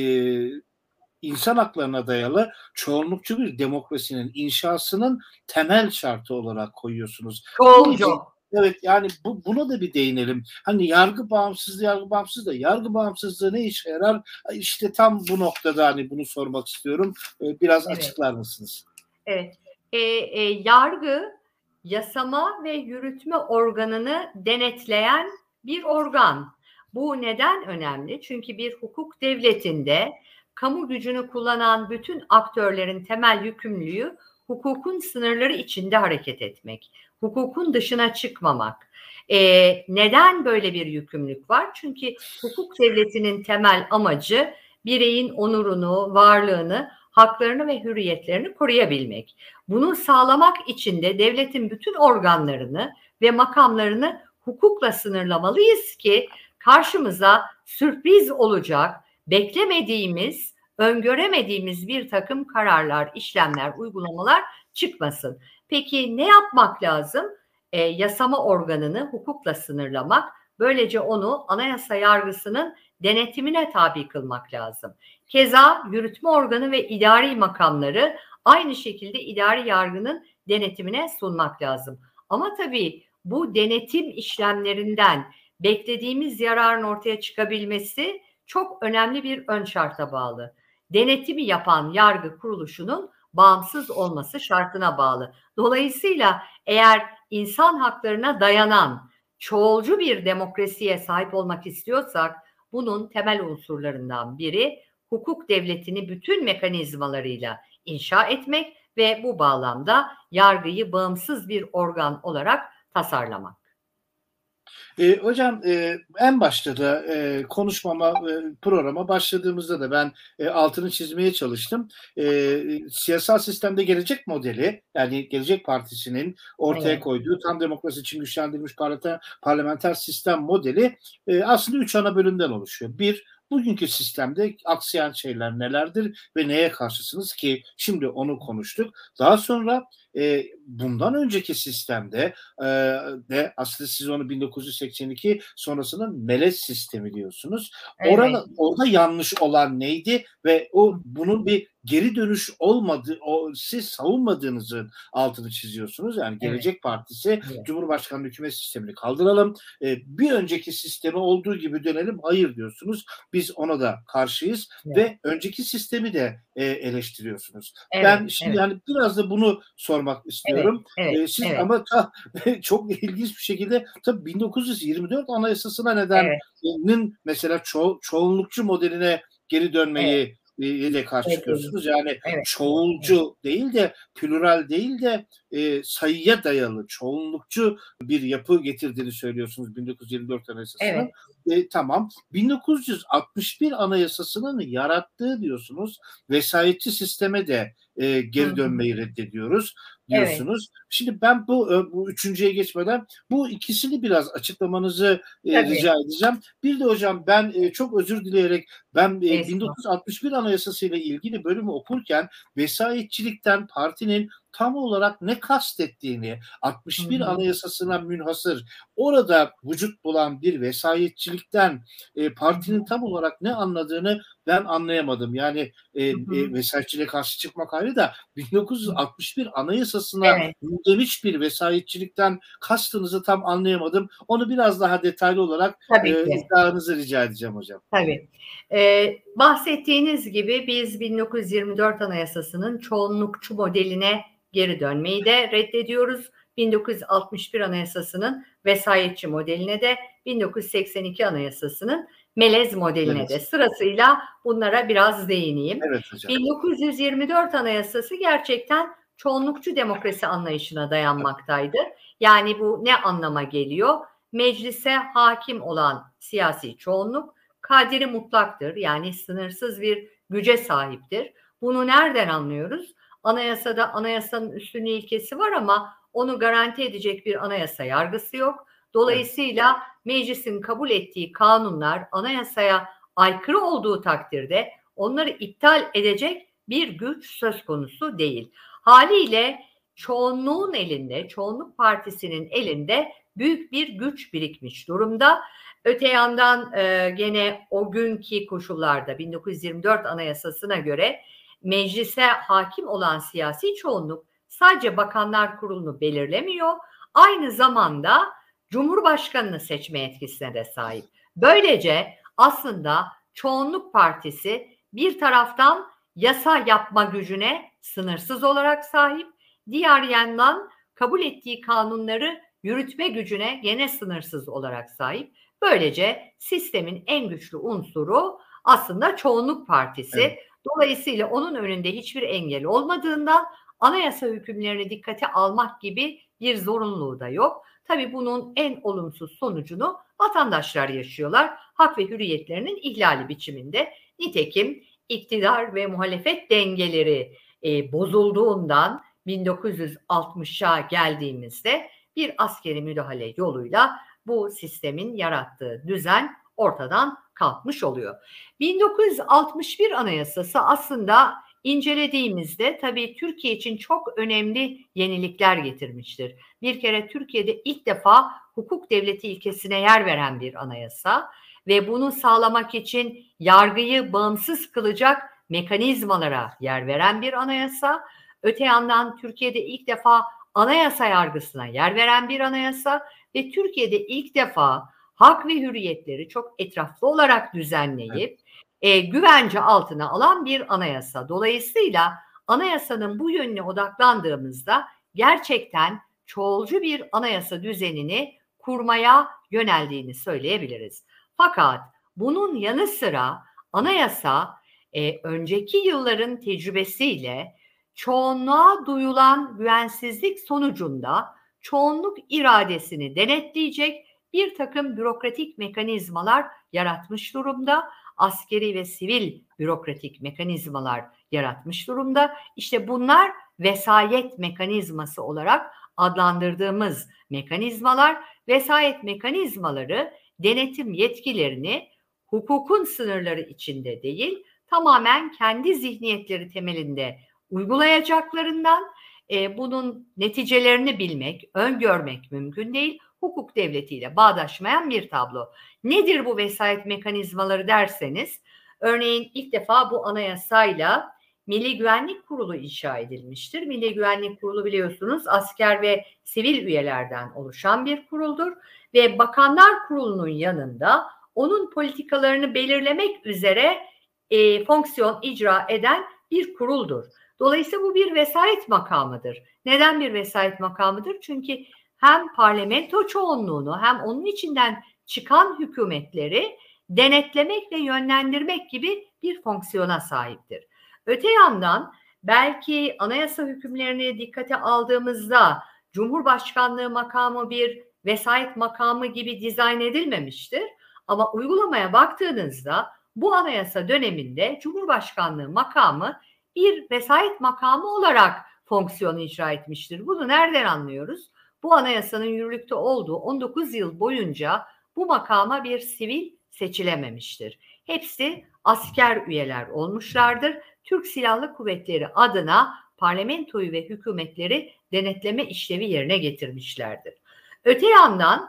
S1: insan haklarına dayalı çoğunlukçu bir demokrasinin inşasının temel şartı olarak koyuyorsunuz.
S2: Çoğulcu.
S1: Evet, yani bu, buna da bir değinelim. Hani yargı bağımsızlığı, yargı bağımsızlığı, yargı bağımsızlığı ne işe yarar? İşte tam bu noktada hani bunu sormak istiyorum. Biraz evet, açıklar mısınız?
S2: Evet. E, e, yargı yasama ve yürütme organını denetleyen bir organ. Bu neden önemli? Çünkü bir hukuk devletinde kamu gücünü kullanan bütün aktörlerin temel yükümlülüğü hukukun sınırları içinde hareket etmek, hukukun dışına çıkmamak. Ee, neden böyle bir yükümlülük var? Çünkü hukuk devletinin temel amacı bireyin onurunu, varlığını, haklarını ve hürriyetlerini koruyabilmek. Bunu sağlamak için de devletin bütün organlarını ve makamlarını hukukla sınırlamalıyız ki karşımıza sürpriz olacak, beklemediğimiz, öngöremediğimiz bir takım kararlar, işlemler, uygulamalar çıkmasın. Peki ne yapmak lazım? E, yasama organını hukukla sınırlamak, Böylece onu anayasa yargısının denetimine tabi kılmak lazım. Keza yürütme organı ve idari makamları aynı şekilde idari yargının denetimine sunmak lazım. Ama tabii bu denetim işlemlerinden beklediğimiz yararın ortaya çıkabilmesi çok önemli bir ön şarta bağlı. Denetimi yapan yargı kuruluşunun bağımsız olması şartına bağlı. Dolayısıyla eğer insan haklarına dayanan çoğulcu bir demokrasiye sahip olmak istiyorsak bunun temel unsurlarından biri hukuk devletini bütün mekanizmalarıyla inşa etmek ve bu bağlamda yargıyı bağımsız bir organ olarak tasarlamak.
S1: E, hocam e, en başta da e, konuşmama, e, programa başladığımızda da ben e, altını çizmeye çalıştım. E, siyasal sistemde gelecek modeli, yani Gelecek Partisi'nin ortaya evet. koyduğu tam demokrasi için güçlendirilmiş parlamenter sistem modeli e, aslında üç ana bölümden oluşuyor. Bir, bugünkü sistemde aksayan şeyler nelerdir ve neye karşısınız ki şimdi onu konuştuk. Daha sonra e, bundan önceki sistemde e, de aslında siz onu bin dokuz yüz seksen iki sonrasının melez sistemi diyorsunuz. Evet. Orada, orada yanlış olan neydi ve o bunun bir geri dönüş olmadığı, o siz savunmadığınızın altını çiziyorsunuz. Yani Gelecek evet. Partisi evet. Cumhurbaşkanlığı hükümet sistemini kaldıralım. E, bir önceki sistemi olduğu gibi dönelim. Hayır diyorsunuz. Biz ona da karşıyız evet. ve önceki sistemi de e, eleştiriyorsunuz. Evet, ben şimdi evet. yani biraz da bunu sormak istiyorum. Evet, evet, e, siz evet. ama ta, çok ilginç bir şekilde tabii bin dokuz yüz yirmi dört Anayasası'na nedenin evet. mesela ço çoğunlukçu modeline geri dönmeyi evet. ile karşı çıkıyorsunuz. Yani evet. çoğulcu evet. değil de plural değil de e, sayıya dayalı çoğunlukçu bir yapı getirdiğini söylüyorsunuz bin dokuz yüz yirmi dört Anayasası'nın. Evet. E, tamam. bin dokuz yüz altmış bir Anayasası'nın yarattığı diyorsunuz vesayetçi sisteme de e, geri dönmeyi reddediyoruz diyorsunuz. Evet. Şimdi ben bu, bu üçüncüye geçmeden bu ikisini biraz açıklamanızı e, rica edeceğim. Bir de hocam ben e, çok özür dileyerek ben e, bin dokuz yüz altmış bir Anayasası ile ilgili bölümü okurken vesayetçilikten partinin tam olarak ne kastettiğini altmış bir hı hı. Anayasasına münhasır orada vücut bulan bir vesayetçilikten e, partinin tam olarak ne anladığını ben anlayamadım. Yani e, hı hı. E, vesayetçiliğe karşı çıkmak ayrı da bin dokuz yüz altmış bir Anayasasına evet. mündemiş bir vesayetçilikten kastınızı tam anlayamadım. Onu biraz daha detaylı olarak e, izahınızı rica edeceğim hocam.
S2: Tabii. Ee, bahsettiğiniz gibi biz bin dokuz yüz yirmi dört Anayasası'nın çoğunlukçu modeline geri dönmeyi de reddediyoruz. bin dokuz yüz altmış bir Anayasası'nın vesayetçi modeline de bin dokuz yüz seksen iki Anayasası'nın melez modeline evet. de sırasıyla bunlara biraz değineyim. Evet hocam. bin dokuz yüz yirmi dört Anayasası gerçekten çoğunlukçu demokrasi anlayışına dayanmaktaydı. Yani bu ne anlama geliyor? Meclise hakim olan siyasi çoğunluk kadiri mutlaktır. Yani sınırsız bir güce sahiptir. Bunu nereden anlıyoruz? Anayasada anayasanın üstünlüğü ilkesi var ama onu garanti edecek bir anayasa yargısı yok. Dolayısıyla evet. meclisin kabul ettiği kanunlar anayasaya aykırı olduğu takdirde onları iptal edecek bir güç söz konusu değil. Haliyle çoğunluğun elinde, çoğunluk partisinin elinde büyük bir güç birikmiş durumda. Öte yandan e, gene o günkü koşullarda bin dokuz yüz yirmi dört Anayasası'na göre meclise hakim olan siyasi çoğunluk sadece Bakanlar Kurulu'nu belirlemiyor, aynı zamanda Cumhurbaşkanı'nı seçme yetkisine de sahip. Böylece aslında çoğunluk partisi bir taraftan yasa yapma gücüne sınırsız olarak sahip, diğer yandan kabul ettiği kanunları yürütme gücüne gene sınırsız olarak sahip. Böylece sistemin en güçlü unsuru aslında çoğunluk partisi. Evet. Dolayısıyla onun önünde hiçbir engel olmadığından anayasa hükümlerini dikkate almak gibi bir zorunluluğu da yok. Tabii bunun en olumsuz sonucunu vatandaşlar yaşıyorlar. Hak ve hürriyetlerinin ihlali biçiminde. Nitekim iktidar ve muhalefet dengeleri e, bozulduğundan bin dokuz yüz altmışa geldiğimizde bir askeri müdahale yoluyla bu sistemin yarattığı düzen ortadan kalkmış oluyor. bin dokuz yüz altmış bir Anayasası aslında incelediğimizde tabii Türkiye için çok önemli yenilikler getirmiştir. Bir kere Türkiye'de ilk defa hukuk devleti ilkesine yer veren bir anayasa ve bunu sağlamak için yargıyı bağımsız kılacak mekanizmalara yer veren bir anayasa. Öte yandan Türkiye'de ilk defa anayasa yargısına yer veren bir anayasa ve Türkiye'de ilk defa hak ve hürriyetleri çok etraflı olarak düzenleyip e, güvence altına alan bir anayasa. Dolayısıyla anayasanın bu yönüne odaklandığımızda gerçekten çoğulcu bir anayasa düzenini kurmaya yöneldiğini söyleyebiliriz. Fakat bunun yanı sıra anayasa e, önceki yılların tecrübesiyle çoğunluğa duyulan güvensizlik sonucunda çoğunluk iradesini denetleyecek bir takım bürokratik mekanizmalar yaratmış durumda. Askeri ve sivil bürokratik mekanizmalar yaratmış durumda. İşte bunlar vesayet mekanizması olarak adlandırdığımız mekanizmalar. Vesayet mekanizmaları denetim yetkilerini hukukun sınırları içinde değil, tamamen kendi zihniyetleri temelinde uygulayacaklarından e, bunun neticelerini bilmek, öngörmek mümkün değil. Hukuk devletiyle bağdaşmayan bir tablo. Nedir bu vesayet mekanizmaları derseniz, örneğin ilk defa bu anayasayla Milli Güvenlik Kurulu inşa edilmiştir. Milli Güvenlik Kurulu biliyorsunuz asker ve sivil üyelerden oluşan bir kuruldur ve Bakanlar Kurulu'nun yanında onun politikalarını belirlemek üzere e, fonksiyon icra eden bir kuruldur. Dolayısıyla bu bir vesayet makamıdır. Neden bir vesayet makamıdır? Çünkü hem parlamento çoğunluğunu hem onun içinden çıkan hükümetleri denetlemek ve yönlendirmek gibi bir fonksiyona sahiptir. Öte yandan belki anayasa hükümlerini dikkate aldığımızda Cumhurbaşkanlığı makamı bir vesayet makamı gibi dizayn edilmemiştir. Ama uygulamaya baktığınızda bu anayasa döneminde Cumhurbaşkanlığı makamı bir vesayet makamı olarak fonksiyon icra etmiştir. Bunu nereden anlıyoruz? Bu anayasanın yürürlükte olduğu on dokuz yıl boyunca bu makama bir sivil seçilememiştir. Hepsi asker üyeler olmuşlardır. Türk Silahlı Kuvvetleri adına parlamentoyu ve hükümetleri denetleme işlevi yerine getirmişlerdir. Öte yandan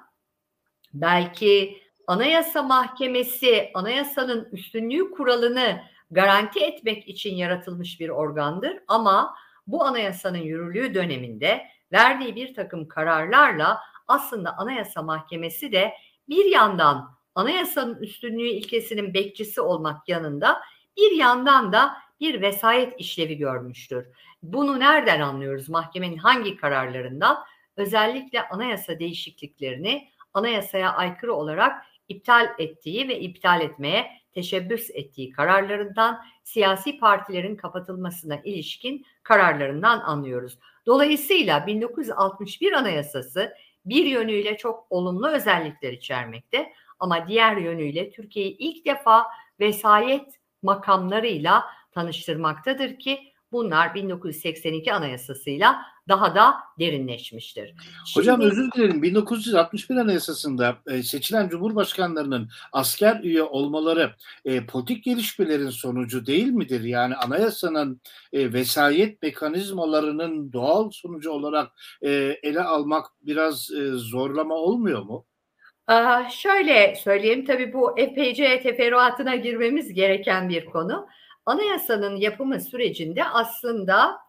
S2: belki Anayasa Mahkemesi anayasanın üstünlüğü kuralını garanti etmek için yaratılmış bir organdır ama bu anayasanın yürürlüğü döneminde verdiği bir takım kararlarla aslında Anayasa Mahkemesi de bir yandan anayasanın üstünlüğü ilkesinin bekçisi olmak yanında bir yandan da bir vesayet işlevi görmüştür. Bunu nereden anlıyoruz? Mahkemenin hangi kararlarından? Özellikle anayasa değişikliklerini anayasaya aykırı olarak iptal ettiği ve iptal etmeye teşebbüs ettiği kararlarından, siyasi partilerin kapatılmasına ilişkin kararlarından anlıyoruz. Dolayısıyla bin dokuz yüz altmış bir Anayasası bir yönüyle çok olumlu özellikler içermekte ama diğer yönüyle Türkiye'yi ilk defa vesayet makamlarıyla tanıştırmaktadır ki bunlar bin dokuz yüz seksen iki Anayasası'yla daha da derinleşmiştir.
S1: Hocam Şimdi, özür dilerim. bin dokuz yüz altmış bir Anayasası'nda e, seçilen cumhurbaşkanlarının asker üye olmaları e, politik gelişmelerin sonucu değil midir? Yani anayasanın e, vesayet mekanizmalarının doğal sonucu olarak e, ele almak biraz e, zorlama olmuyor mu?
S2: Aa, şöyle söyleyeyim, tabii bu epeyce teferruatına girmemiz gereken bir konu. Anayasanın yapımı sürecinde aslında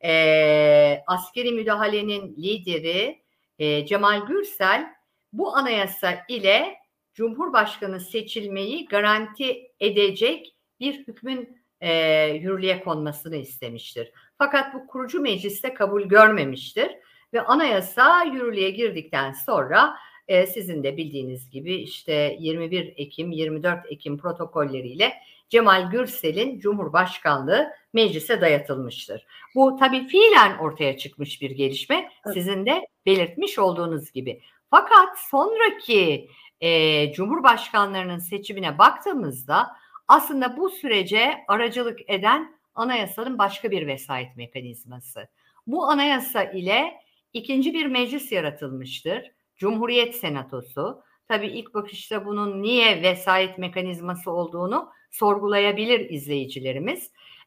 S2: e, askeri müdahalenin lideri e, Cemal Gürsel bu anayasa ile Cumhurbaşkanı seçilmeyi garanti edecek bir hükmün e, yürürlüğe konmasını istemiştir. Fakat bu kurucu mecliste kabul görmemiştir ve anayasa yürürlüğe girdikten sonra Ee, sizin de bildiğiniz gibi işte yirmi bir Ekim, yirmi dört Ekim protokolleriyle Cemal Gürsel'in Cumhurbaşkanlığı meclise dayatılmıştır. Bu tabii fiilen ortaya çıkmış bir gelişme, sizin de belirtmiş olduğunuz gibi. Fakat sonraki e, Cumhurbaşkanlarının seçimine baktığımızda aslında bu sürece aracılık eden anayasanın başka bir vesayet mekanizması. Bu anayasa ile ikinci bir meclis yaratılmıştır. Cumhuriyet Senatosu. Tabii ilk bakışta bunun niye vesayet mekanizması olduğunu sorgulayabilir izleyicilerimiz.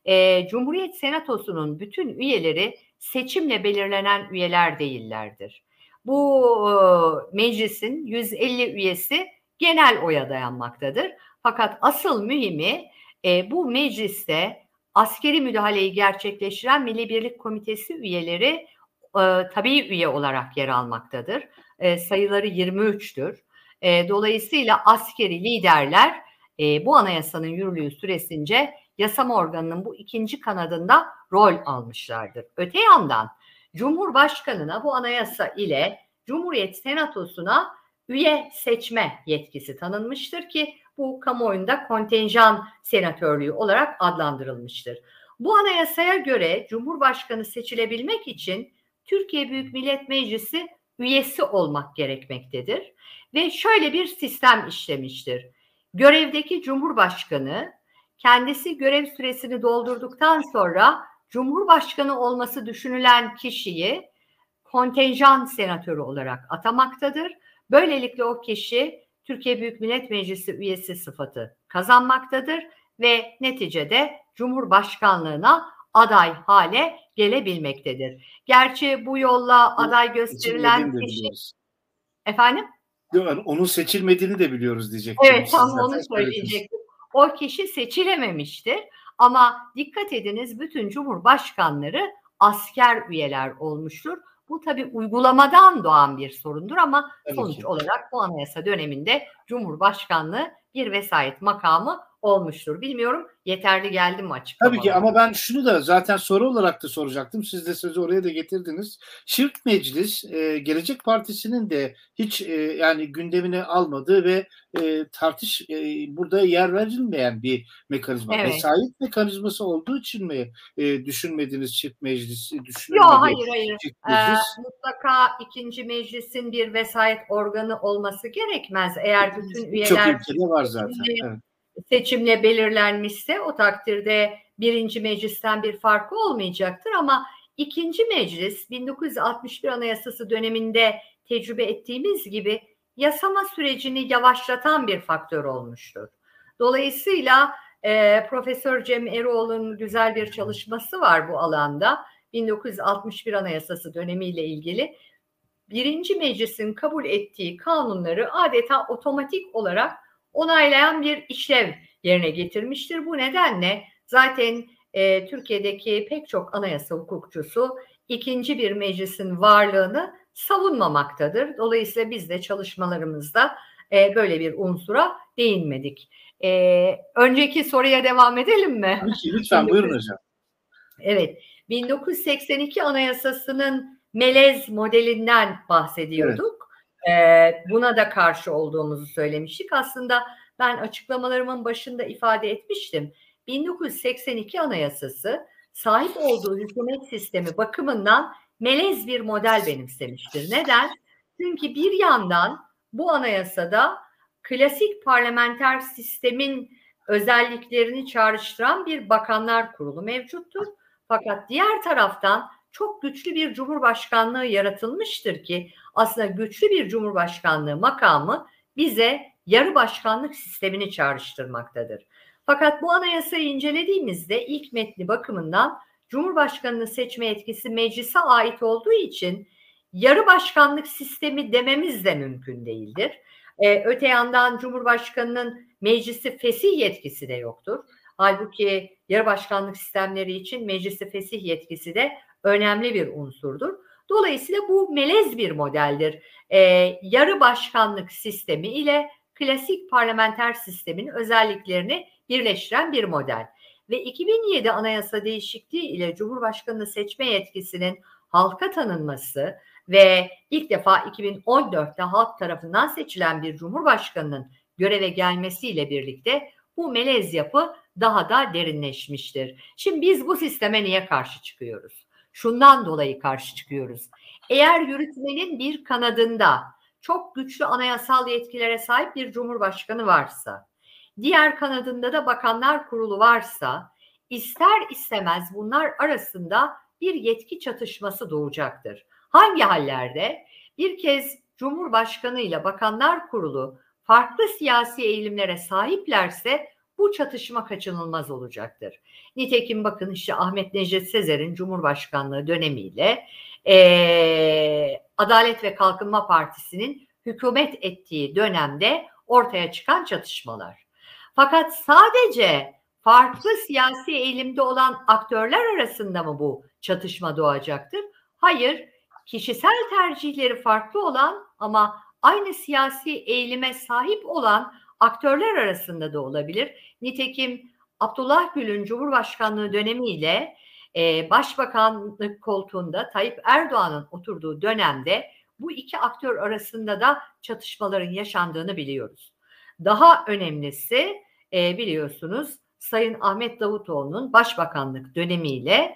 S2: e, Cumhuriyet Senatosu'nun bütün üyeleri seçimle belirlenen üyeler değillerdir. Bu e, meclisin yüz elli üyesi genel oya dayanmaktadır. Fakat asıl mühimi e, bu mecliste askeri müdahaleyi gerçekleştiren Milli Birlik Komitesi üyeleri e, tabii üye olarak yer almaktadır. E, sayıları yirmi üçtür. E, dolayısıyla askeri liderler e, bu anayasanın yürürlüğü süresince yasama organının bu ikinci kanadında rol almışlardır. Öte yandan Cumhurbaşkanına bu anayasa ile Cumhuriyet Senatosu'na üye seçme yetkisi tanınmıştır ki bu kamuoyunda kontenjan senatörlüğü olarak adlandırılmıştır. Bu anayasaya göre Cumhurbaşkanı seçilebilmek için Türkiye Büyük Millet Meclisi üyesi olmak gerekmektedir ve şöyle bir sistem işlemiştir. Görevdeki Cumhurbaşkanı kendisi görev süresini doldurduktan sonra Cumhurbaşkanı olması düşünülen kişiyi kontenjan senatörü olarak atamaktadır. Böylelikle o kişi Türkiye Büyük Millet Meclisi üyesi sıfatı kazanmaktadır ve neticede Cumhurbaşkanlığına aday hale gelebilmektedir. Gerçi bu yolla aday gösterilen kişi... Efendim?
S1: Yani onun seçilmediğini de biliyoruz diyecektim.
S2: Evet, tam onu söyleyecektim. O kişi seçilememiştir. Ama dikkat ediniz, bütün cumhurbaşkanları asker üyeler olmuştur. Bu tabii uygulamadan doğan bir sorundur ama tabii sonuç ki. olarak bu anayasa döneminde Cumhurbaşkanlığı bir vesayet makamı olmuştur. Bilmiyorum, yeterli geldi mi açıklamalar?
S1: Tabii ki, ama ben şunu da zaten soru olarak da soracaktım. Siz de sözü oraya da getirdiniz. Çift meclis e, Gelecek Partisi'nin de hiç e, yani gündemine almadığı ve e, tartış e, burada yer verilmeyen bir mekanizma. Evet. Vesayet mekanizması olduğu için mi e, düşünmediniz çift meclisi?
S2: Yok, hayır hayır. Ee, mutlaka ikinci meclisin bir vesayet organı olması gerekmez. Eğer bütün üyeler çok ülkede var zaten. Evet. Seçimle belirlenmişse o takdirde birinci meclisten bir farkı olmayacaktır ama ikinci meclis bin dokuz yüz altmış bir Anayasası döneminde tecrübe ettiğimiz gibi yasama sürecini yavaşlatan bir faktör olmuştur. Dolayısıyla e, Profesör Cem Eroğlu'nun güzel bir çalışması var bu alanda. bin dokuz yüz altmış bir Anayasası dönemiyle ilgili birinci meclisin kabul ettiği kanunları adeta otomatik olarak onaylayan bir işlev yerine getirmiştir. Bu nedenle zaten e, Türkiye'deki pek çok anayasa hukukçusu ikinci bir meclisin varlığını savunmamaktadır. Dolayısıyla biz de çalışmalarımızda e, böyle bir unsura değinmedik. E, önceki soruya devam edelim mi?
S1: Lütfen buyurun hocam.
S2: Evet, bin dokuz yüz seksen iki Anayasası'nın melez modelinden bahsediyorduk. Evet. Buna da karşı olduğumuzu söylemiştik. Aslında ben açıklamalarımın başında ifade etmiştim. bin dokuz yüz seksen iki Anayasası sahip olduğu hükümet sistemi bakımından melez bir model benimsemiştir. Neden? Çünkü bir yandan bu anayasada klasik parlamenter sistemin özelliklerini çağrıştıran bir bakanlar kurulu mevcuttur. Fakat diğer taraftan çok güçlü bir cumhurbaşkanlığı yaratılmıştır ki aslında güçlü bir cumhurbaşkanlığı makamı bize yarı başkanlık sistemini çağrıştırmaktadır. Fakat bu anayasayı incelediğimizde ilk metni bakımından Cumhurbaşkanını seçme yetkisi meclise ait olduğu için yarı başkanlık sistemi dememiz de mümkün değildir. Ee, öte yandan Cumhurbaşkanının meclisi fesih yetkisi de yoktur. Halbuki yarı başkanlık sistemleri için meclisi fesih yetkisi de önemli bir unsurdur. Dolayısıyla bu melez bir modeldir. Ee, yarı başkanlık sistemi ile klasik parlamenter sistemin özelliklerini birleştiren bir model. Ve iki bin yedi Anayasa değişikliği ile Cumhurbaşkanını seçme yetkisinin halka tanınması ve ilk defa iki bin on dörtte halk tarafından seçilen bir Cumhurbaşkanının göreve gelmesiyle birlikte bu melez yapı daha da derinleşmiştir. Şimdi biz bu sisteme niye karşı çıkıyoruz? Şundan dolayı karşı çıkıyoruz. Eğer yürütmenin bir kanadında çok güçlü anayasal yetkilere sahip bir cumhurbaşkanı varsa, diğer kanadında da bakanlar kurulu varsa, ister istemez bunlar arasında bir yetki çatışması doğacaktır. Hangi hallerde? Bir kez Cumhurbaşkanı ile Bakanlar Kurulu farklı siyasi eğilimlere sahiplerse bu çatışma kaçınılmaz olacaktır. Nitekim bakın işte Ahmet Necdet Sezer'in Cumhurbaşkanlığı dönemiyle e, Adalet ve Kalkınma Partisi'nin hükümet ettiği dönemde ortaya çıkan çatışmalar. Fakat sadece farklı siyasi eğilimde olan aktörler arasında mı bu çatışma doğacaktır? Hayır, kişisel tercihleri farklı olan ama aynı siyasi eğilime sahip olan aktörler arasında da olabilir. Nitekim Abdullah Gül'ün Cumhurbaşkanlığı dönemiyle e, Başbakanlık koltuğunda Tayyip Erdoğan'ın oturduğu dönemde bu iki aktör arasında da çatışmaların yaşandığını biliyoruz. Daha önemlisi e, biliyorsunuz Sayın Ahmet Davutoğlu'nun başbakanlık dönemiyle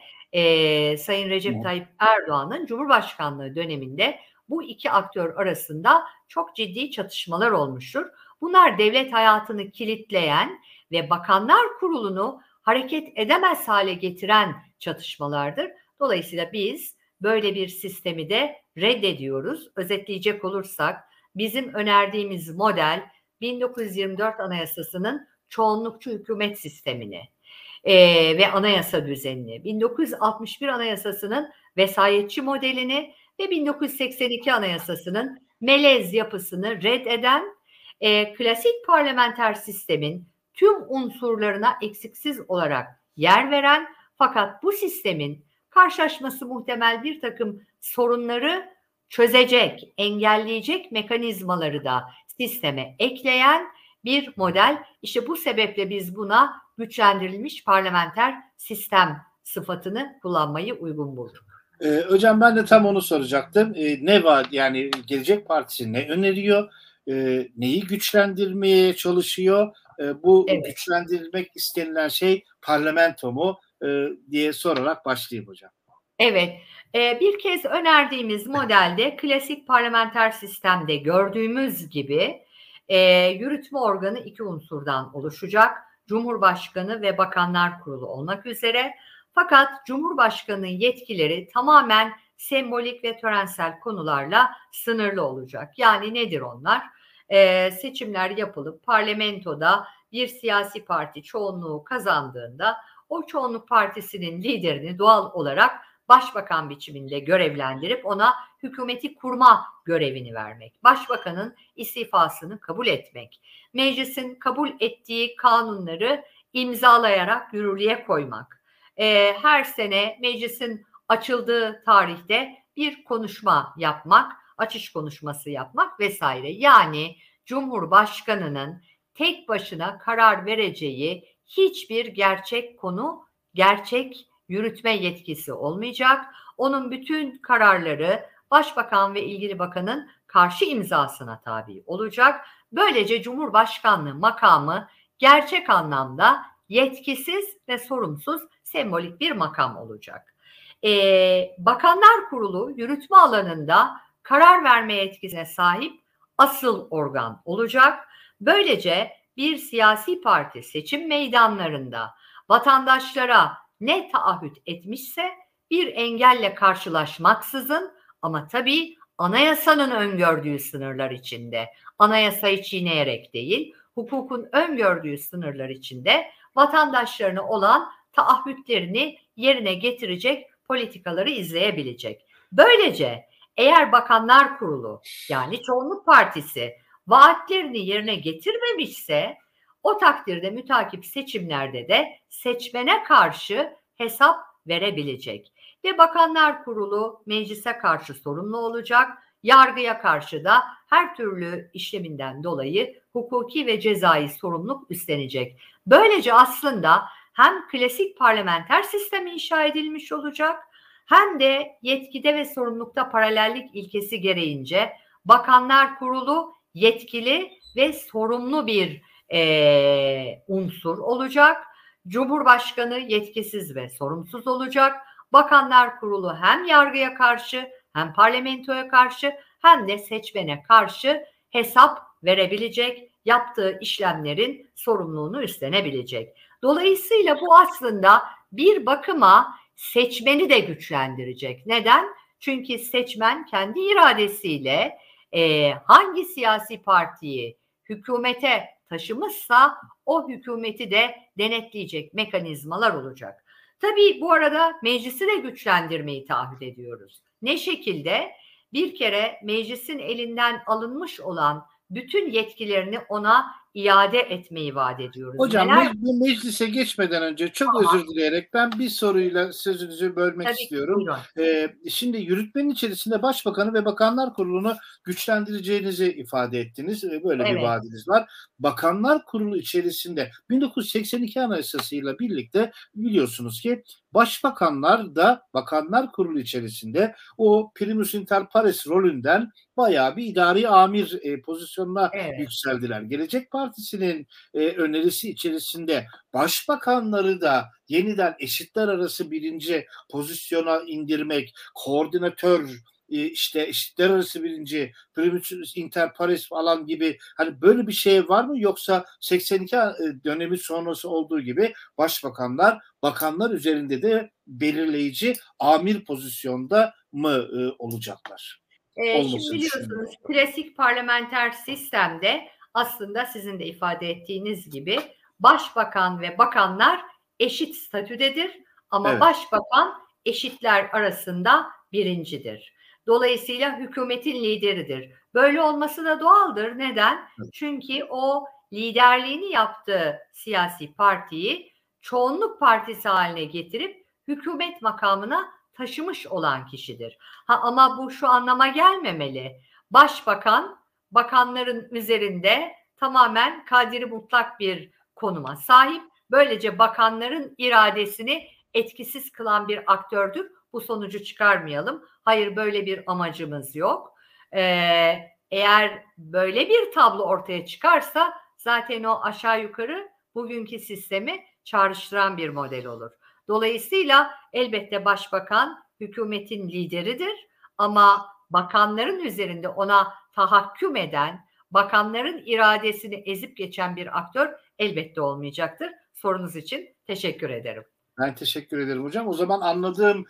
S2: e, Sayın Recep Tayyip Erdoğan'ın Cumhurbaşkanlığı döneminde bu iki aktör arasında çok ciddi çatışmalar olmuştur. Bunlar devlet hayatını kilitleyen ve Bakanlar Kurulu'nu hareket edemez hale getiren çatışmalardır. Dolayısıyla biz böyle bir sistemi de reddediyoruz. Özetleyecek olursak bizim önerdiğimiz model bin dokuz yüz yirmi dört Anayasası'nın çoğunlukçu hükümet sistemini e, ve anayasa düzenini, bin dokuz yüz altmış bir Anayasası'nın vesayetçi modelini ve bin dokuz yüz seksen iki Anayasası'nın melez yapısını reddeden e, klasik parlamenter sistemin tüm unsurlarına eksiksiz olarak yer veren fakat bu sistemin karşılaşması muhtemel bir takım sorunları çözecek, engelleyecek mekanizmaları da sisteme ekleyen bir model. İşte bu sebeple biz buna güçlendirilmiş parlamenter sistem sıfatını kullanmayı uygun bulduk.
S1: Ee, hocam ben de tam onu soracaktım. Ee, ne var yani Gelecek Partisi ne öneriyor? Ee, neyi güçlendirmeye çalışıyor? Ee, bu evet. güçlendirilmek istenilen şey parlamento mu ee, diye sorarak başlayayım hocam.
S2: Evet, ee, bir kez önerdiğimiz modelde klasik parlamenter sistemde gördüğümüz gibi e, yürütme organı iki unsurdan oluşacak. Cumhurbaşkanı ve Bakanlar Kurulu olmak üzere. Fakat Cumhurbaşkanı'nın yetkileri tamamen sembolik ve törensel konularla sınırlı olacak. Yani nedir onlar? Ee, seçimler yapılıp parlamentoda bir siyasi parti çoğunluğu kazandığında o çoğunluk partisinin liderini doğal olarak başbakan biçiminde görevlendirip ona hükümeti kurma görevini vermek. Başbakanın istifasını kabul etmek. Meclisin kabul ettiği kanunları imzalayarak yürürlüğe koymak. Ee, her sene meclisin açıldığı tarihte bir konuşma yapmak, açış konuşması yapmak vesaire. Yani Cumhurbaşkanının tek başına karar vereceği hiçbir gerçek konu, gerçek yürütme yetkisi olmayacak. Onun bütün kararları Başbakan ve ilgili bakanın karşı imzasına tabi olacak. Böylece Cumhurbaşkanlığı makamı gerçek anlamda yetkisiz ve sorumsuz sembolik bir makam olacak. Ee, Bakanlar Kurulu yürütme alanında karar verme yetkisine sahip asıl organ olacak. Böylece bir siyasi parti seçim meydanlarında vatandaşlara ne taahhüt etmişse bir engelle karşılaşmaksızın ama tabii anayasanın öngördüğü sınırlar içinde, anayasayı çiğneyerek değil, hukukun öngördüğü sınırlar içinde vatandaşlarına olan taahhütlerini yerine getirecek politikaları izleyebilecek. Böylece eğer Bakanlar Kurulu yani çoğunluk partisi vaatlerini yerine getirmemişse o takdirde mütakip seçimlerde de seçmene karşı hesap verebilecek. Ve Bakanlar Kurulu meclise karşı sorumlu olacak, yargıya karşı da her türlü işleminden dolayı hukuki ve cezai sorumluluk üstlenecek. Böylece aslında hem klasik parlamenter sistem inşa edilmiş olacak hem de yetkide ve sorumlulukta paralellik ilkesi gereğince Bakanlar Kurulu yetkili ve sorumlu bir e, unsur olacak. Cumhurbaşkanı yetkisiz ve sorumsuz olacak. Bakanlar Kurulu hem yargıya karşı hem parlamentoya karşı hem de seçmene karşı hesap verebilecek, yaptığı işlemlerin sorumluluğunu üstlenebilecek. Dolayısıyla bu aslında bir bakıma seçmeni de güçlendirecek. Neden? Çünkü seçmen kendi iradesiyle e, hangi siyasi partiyi hükümete taşımışsa o hükümeti de denetleyecek mekanizmalar olacak. Tabii bu arada meclisi de güçlendirmeyi taahhüt ediyoruz. Ne şekilde? Bir kere meclisin elinden alınmış olan bütün yetkilerini ona iade etmeyi vaat ediyoruz.
S1: Hocam
S2: Neler?
S1: me- meclise geçmeden önce çok
S2: Tamam.
S1: özür dileyerek ben bir soruyla sözünüzü bölmek
S2: Tabii ki,
S1: istiyorum.
S2: buyurun.
S1: Ee, şimdi yürütmenin içerisinde Başbakanı ve Bakanlar Kurulu'nu güçlendireceğinizi ifade ettiniz. Ee, Böyle bir
S2: Evet.
S1: vaadiniz var. Bakanlar Kurulu içerisinde bin dokuz yüz seksen iki Anayasası'yla birlikte biliyorsunuz ki Başbakanlar da Bakanlar Kurulu içerisinde o primus inter pares rolünden bayağı bir idari amir e, pozisyonuna
S2: Evet.
S1: yükseldiler. Gelecek Partisi'nin e, önerisi içerisinde başbakanları da yeniden eşitler arası birinci pozisyona indirmek, koordinatör, e, işte eşitler arası birinci, primus inter pares falan gibi, hani böyle bir şey var mı, yoksa seksen iki dönemi sonrası olduğu gibi başbakanlar bakanlar üzerinde de belirleyici amir pozisyonda mı e, olacaklar?
S2: Ee, şimdi
S1: Olmasını düşünüyorum.
S2: biliyorsunuz klasik parlamenter sistemde aslında sizin de ifade ettiğiniz gibi başbakan ve bakanlar eşit statüdedir ama
S1: Evet.
S2: başbakan eşitler arasında birincidir. Dolayısıyla hükümetin lideridir. Böyle olması da doğaldır. Neden? Çünkü o liderliğini yaptığı siyasi partiyi çoğunluk partisi haline getirip hükümet makamına taşımış olan kişidir. Ha, ama bu şu anlama gelmemeli. Başbakan, bakanların üzerinde tamamen kadiri mutlak bir konuma sahip. Böylece bakanların iradesini etkisiz kılan bir aktördür. Bu sonucu çıkarmayalım. Hayır, böyle bir amacımız yok. Ee, eğer böyle bir tablo ortaya çıkarsa zaten o aşağı yukarı bugünkü sistemi çağrıştıran bir model olur. Dolayısıyla elbette başbakan hükümetin lideridir ama bakanların üzerinde ona tahakküm eden, bakanların iradesini ezip geçen bir aktör elbette olmayacaktır. Sorunuz için teşekkür ederim.
S1: Ben teşekkür ederim hocam. O zaman anladığım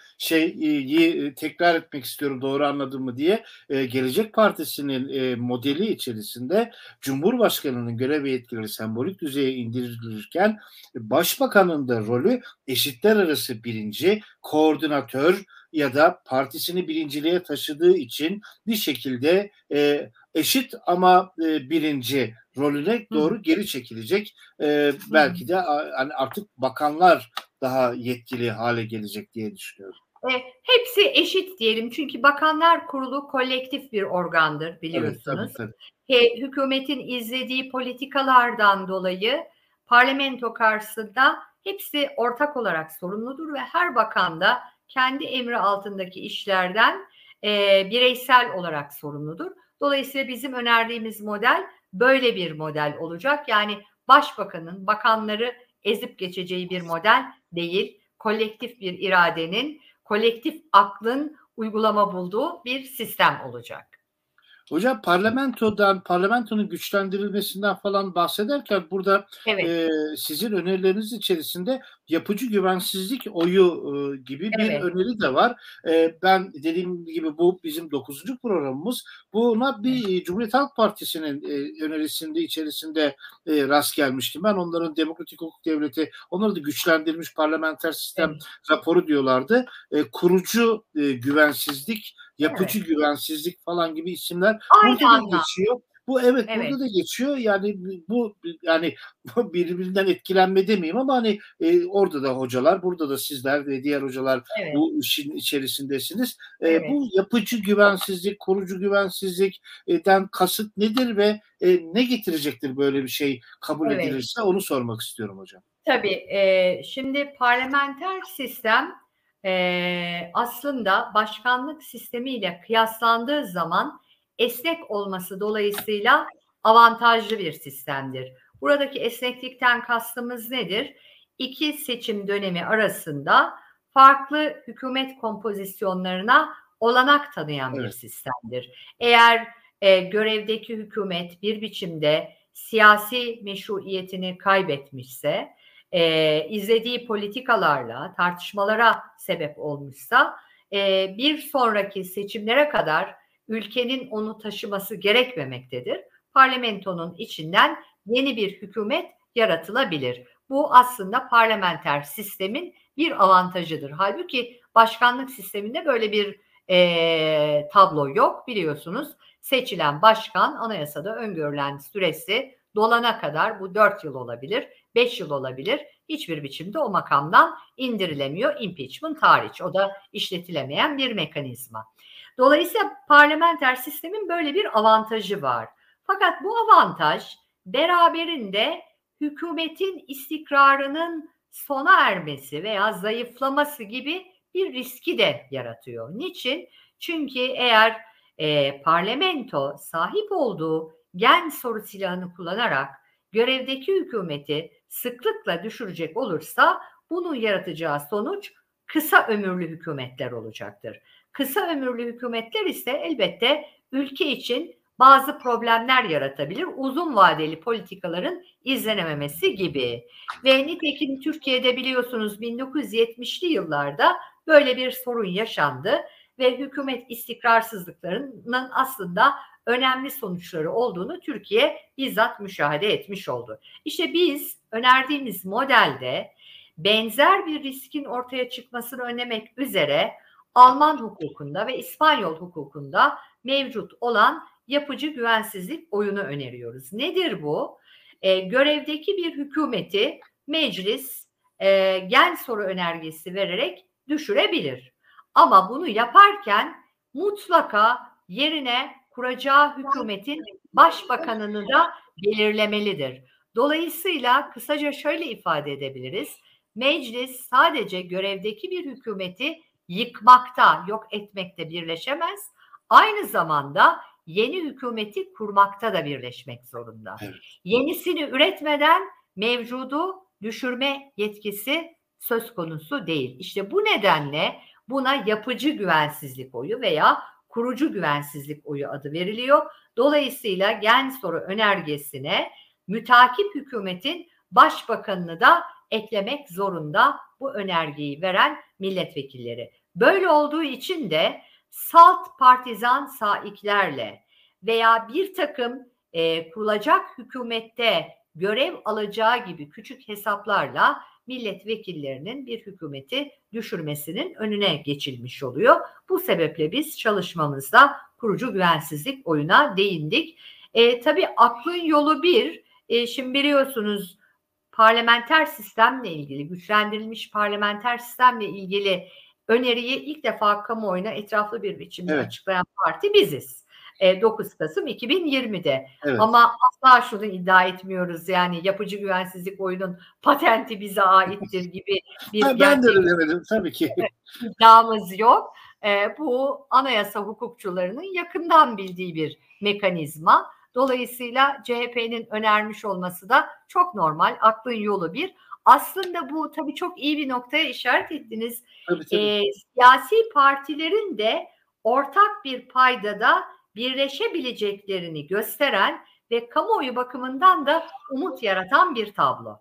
S1: şeyi tekrar etmek istiyorum, doğru anladım mı diye. Gelecek Partisi'nin modeli içerisinde Cumhurbaşkanı'nın görev ve yetkileri sembolik düzeye indirilirken Başbakanın da rolü eşitler arası birinci, koordinatör ya da partisini birinciliğe taşıdığı için bir şekilde eşit ama birinci rolüne doğru geri çekilecek. Belki de artık bakanlar daha yetkili hale gelecek diye düşünüyorum.
S2: E, hepsi eşit diyelim çünkü Bakanlar Kurulu kolektif bir organdır biliyorsunuz.
S1: Tabii, tabii,
S2: tabii. E, hükümetin izlediği politikalardan dolayı parlamento karşısında hepsi ortak olarak sorumludur ve her bakan da kendi emri altındaki işlerden e, bireysel olarak sorumludur. Dolayısıyla bizim önerdiğimiz model böyle bir model olacak. Yani başbakanın bakanları ezip geçeceği bir model değil, kolektif bir iradenin, kolektif aklın uygulama bulduğu bir sistem olacak.
S1: Hocam parlamentodan, parlamentonun güçlendirilmesinden falan bahsederken burada evet. e, sizin önerileriniz içerisinde yapıcı güvensizlik oyu e, gibi bir evet. öneri de var. E, ben dediğim gibi bu bizim dokuzuncu programımız. Buna bir evet. Cumhuriyet Halk Partisi'nin e, önerisinde içerisinde e, rast gelmiştim. Ben onların demokratik hukuk devleti, onları da güçlendirilmiş parlamenter sistem evet. raporu diyorlardı. E, kurucu e, güvensizlik, yapıcı evet. güvensizlik falan gibi isimler
S2: Aynı
S1: burada
S2: anlam.
S1: da geçiyor. Bu evet,
S2: evet
S1: burada da geçiyor. Yani bu yani birbirinden etkilenme demeyeyim ama hani e, orada da hocalar, burada da sizler ve diğer hocalar evet. bu işin içerisindesiniz. E, evet. Bu yapıcı güvensizlik, kurucu güvensizlikten kasıt nedir ve e, ne getirecektir böyle bir şey kabul evet. edilirse, onu sormak istiyorum hocam.
S2: Tabii. E, şimdi parlamenter sistem Ee, aslında başkanlık sistemiyle kıyaslandığı zaman esnek olması dolayısıyla avantajlı bir sistemdir. Buradaki esneklikten kastımız nedir? İki seçim dönemi arasında farklı hükümet kompozisyonlarına olanak tanıyan evet. bir sistemdir. Eğer e, görevdeki hükümet bir biçimde siyasi meşruiyetini kaybetmişse, Ee, izlediği politikalarla tartışmalara sebep olmuşsa e, bir sonraki seçimlere kadar ülkenin onu taşıması gerekmemektedir. Parlamentonun içinden yeni bir hükümet yaratılabilir. Bu aslında parlamenter sistemin bir avantajıdır. Halbuki başkanlık sisteminde böyle bir e, tablo yok biliyorsunuz. Seçilen başkan anayasada öngörülen süresi dolana kadar, bu dört yıl olabilir, beş yıl olabilir, hiçbir biçimde o makamdan indirilemiyor. Impeachment hariç. O da işletilemeyen bir mekanizma. Dolayısıyla parlamenter sistemin böyle bir avantajı var. Fakat bu avantaj beraberinde hükümetin istikrarının sona ermesi veya zayıflaması gibi bir riski de yaratıyor. Niçin? Çünkü eğer e, parlamento sahip olduğu gen soru silahını kullanarak görevdeki hükümeti sıklıkla düşürecek olursa bunun yaratacağı sonuç kısa ömürlü hükümetler olacaktır. Kısa ömürlü hükümetler ise elbette ülke için bazı problemler yaratabilir. Uzun vadeli politikaların izlenememesi gibi. Ve nitekim Türkiye'de biliyorsunuz bin dokuz yüz yetmişli yıllarda böyle bir sorun yaşandı ve hükümet istikrarsızlıklarının aslında önemli sonuçları olduğunu Türkiye bizzat müşahede etmiş oldu. İşte biz önerdiğimiz modelde benzer bir riskin ortaya çıkmasını önlemek üzere Alman hukukunda ve İspanyol hukukunda mevcut olan yapıcı güvensizlik oyunu öneriyoruz. Nedir bu? E, görevdeki bir hükümeti meclis e, gen soru önergesi vererek düşürebilir. Ama bunu yaparken mutlaka yerine kuracağı hükümetin başbakanını da belirlemelidir. Dolayısıyla kısaca şöyle ifade edebiliriz. Meclis sadece görevdeki bir hükümeti yıkmakta, yok etmekte birleşemez. Aynı zamanda yeni hükümeti kurmakta da birleşmek zorunda. Evet. Yenisini üretmeden mevcudu düşürme yetkisi söz konusu değil. İşte bu nedenle buna yapıcı güvensizlik oyu veya kurucu güvensizlik oyu adı veriliyor. Dolayısıyla gen soru önergesine mütakip hükümetin başbakanını da eklemek zorunda bu önergeyi veren milletvekilleri. Böyle olduğu için de salt partizan saiklerle veya bir takım e, kurulacak hükümette görev alacağı gibi küçük hesaplarla milletvekillerinin bir hükümeti düşürmesinin önüne geçilmiş oluyor. Bu sebeple biz çalışmamızda kurucu güvensizlik oyuna değindik. E, tabii aklın yolu bir, e, şimdi biliyorsunuz parlamenter sistemle ilgili, güçlendirilmiş parlamenter sistemle ilgili öneriyi ilk defa kamuoyuna etraflı bir biçimde evet. açıklayan parti biziz. dokuz Kasım iki bin yirmide. Evet. Ama asla şunu iddia etmiyoruz, yani yapıcı güvensizlik oyunun patenti bize aittir gibi bir
S1: ha, ben de öyle demedim tabii ki.
S2: iddiamız yok. E, bu anayasa hukukçularının yakından bildiği bir mekanizma. Dolayısıyla C H P'nin önermiş olması da çok normal, aklın yolu bir. Aslında bu tabii çok iyi bir noktaya işaret ettiniz. Tabii, tabii. E, siyasi partilerin de ortak bir paydada birleşebileceklerini gösteren ve kamuoyu bakımından da umut yaratan bir tablo.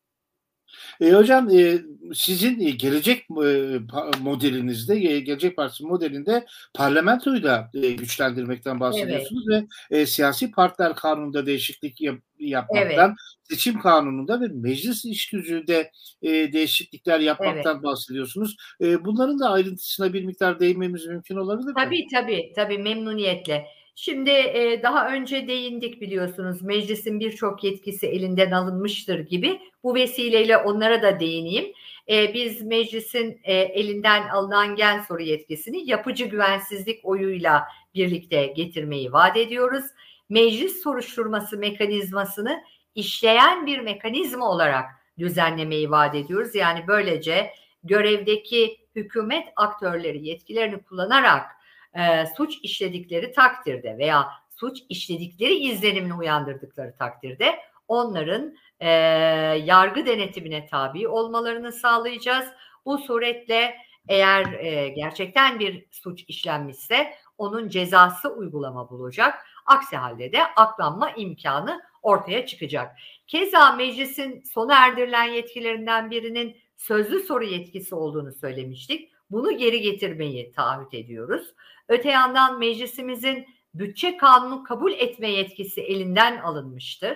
S1: E, hocam e, sizin e, gelecek e, modelinizde, e, Gelecek Partisi modelinde parlamentoyu da e, güçlendirmekten bahsediyorsunuz evet. ve e, siyasi partiler kanununda değişiklik yap, yapmaktan, evet. seçim kanununda ve meclis işgücüde e, değişiklikler yapmaktan evet. bahsediyorsunuz. E, bunların da ayrıntısına bir miktar değinmemiz mümkün olabilir mi?
S2: Tabii tabii, tabii memnuniyetle. Şimdi e, daha önce değindik biliyorsunuz, meclisin birçok yetkisi elinden alınmıştır gibi. Bu vesileyle onlara da değineyim. E, biz meclisin e, elinden alınan gen soru yetkisini yapıcı güvensizlik oyuyla birlikte getirmeyi vaat ediyoruz. Meclis soruşturması mekanizmasını işleyen bir mekanizma olarak düzenlemeyi vaat ediyoruz. Yani böylece görevdeki hükümet aktörleri yetkilerini kullanarak E, suç işledikleri takdirde veya suç işledikleri izlenimini uyandırdıkları takdirde onların e, yargı denetimine tabi olmalarını sağlayacağız. Bu suretle eğer e, gerçekten bir suç işlenmişse onun cezası uygulama bulacak. Aksi halde de aklanma imkanı ortaya çıkacak. Keza meclisin sona erdirilen yetkilerinden birinin sözlü soru yetkisi olduğunu söylemiştik. Bunu geri getirmeyi taahhüt ediyoruz. Öte yandan meclisimizin bütçe kanunu kabul etme yetkisi elinden alınmıştır.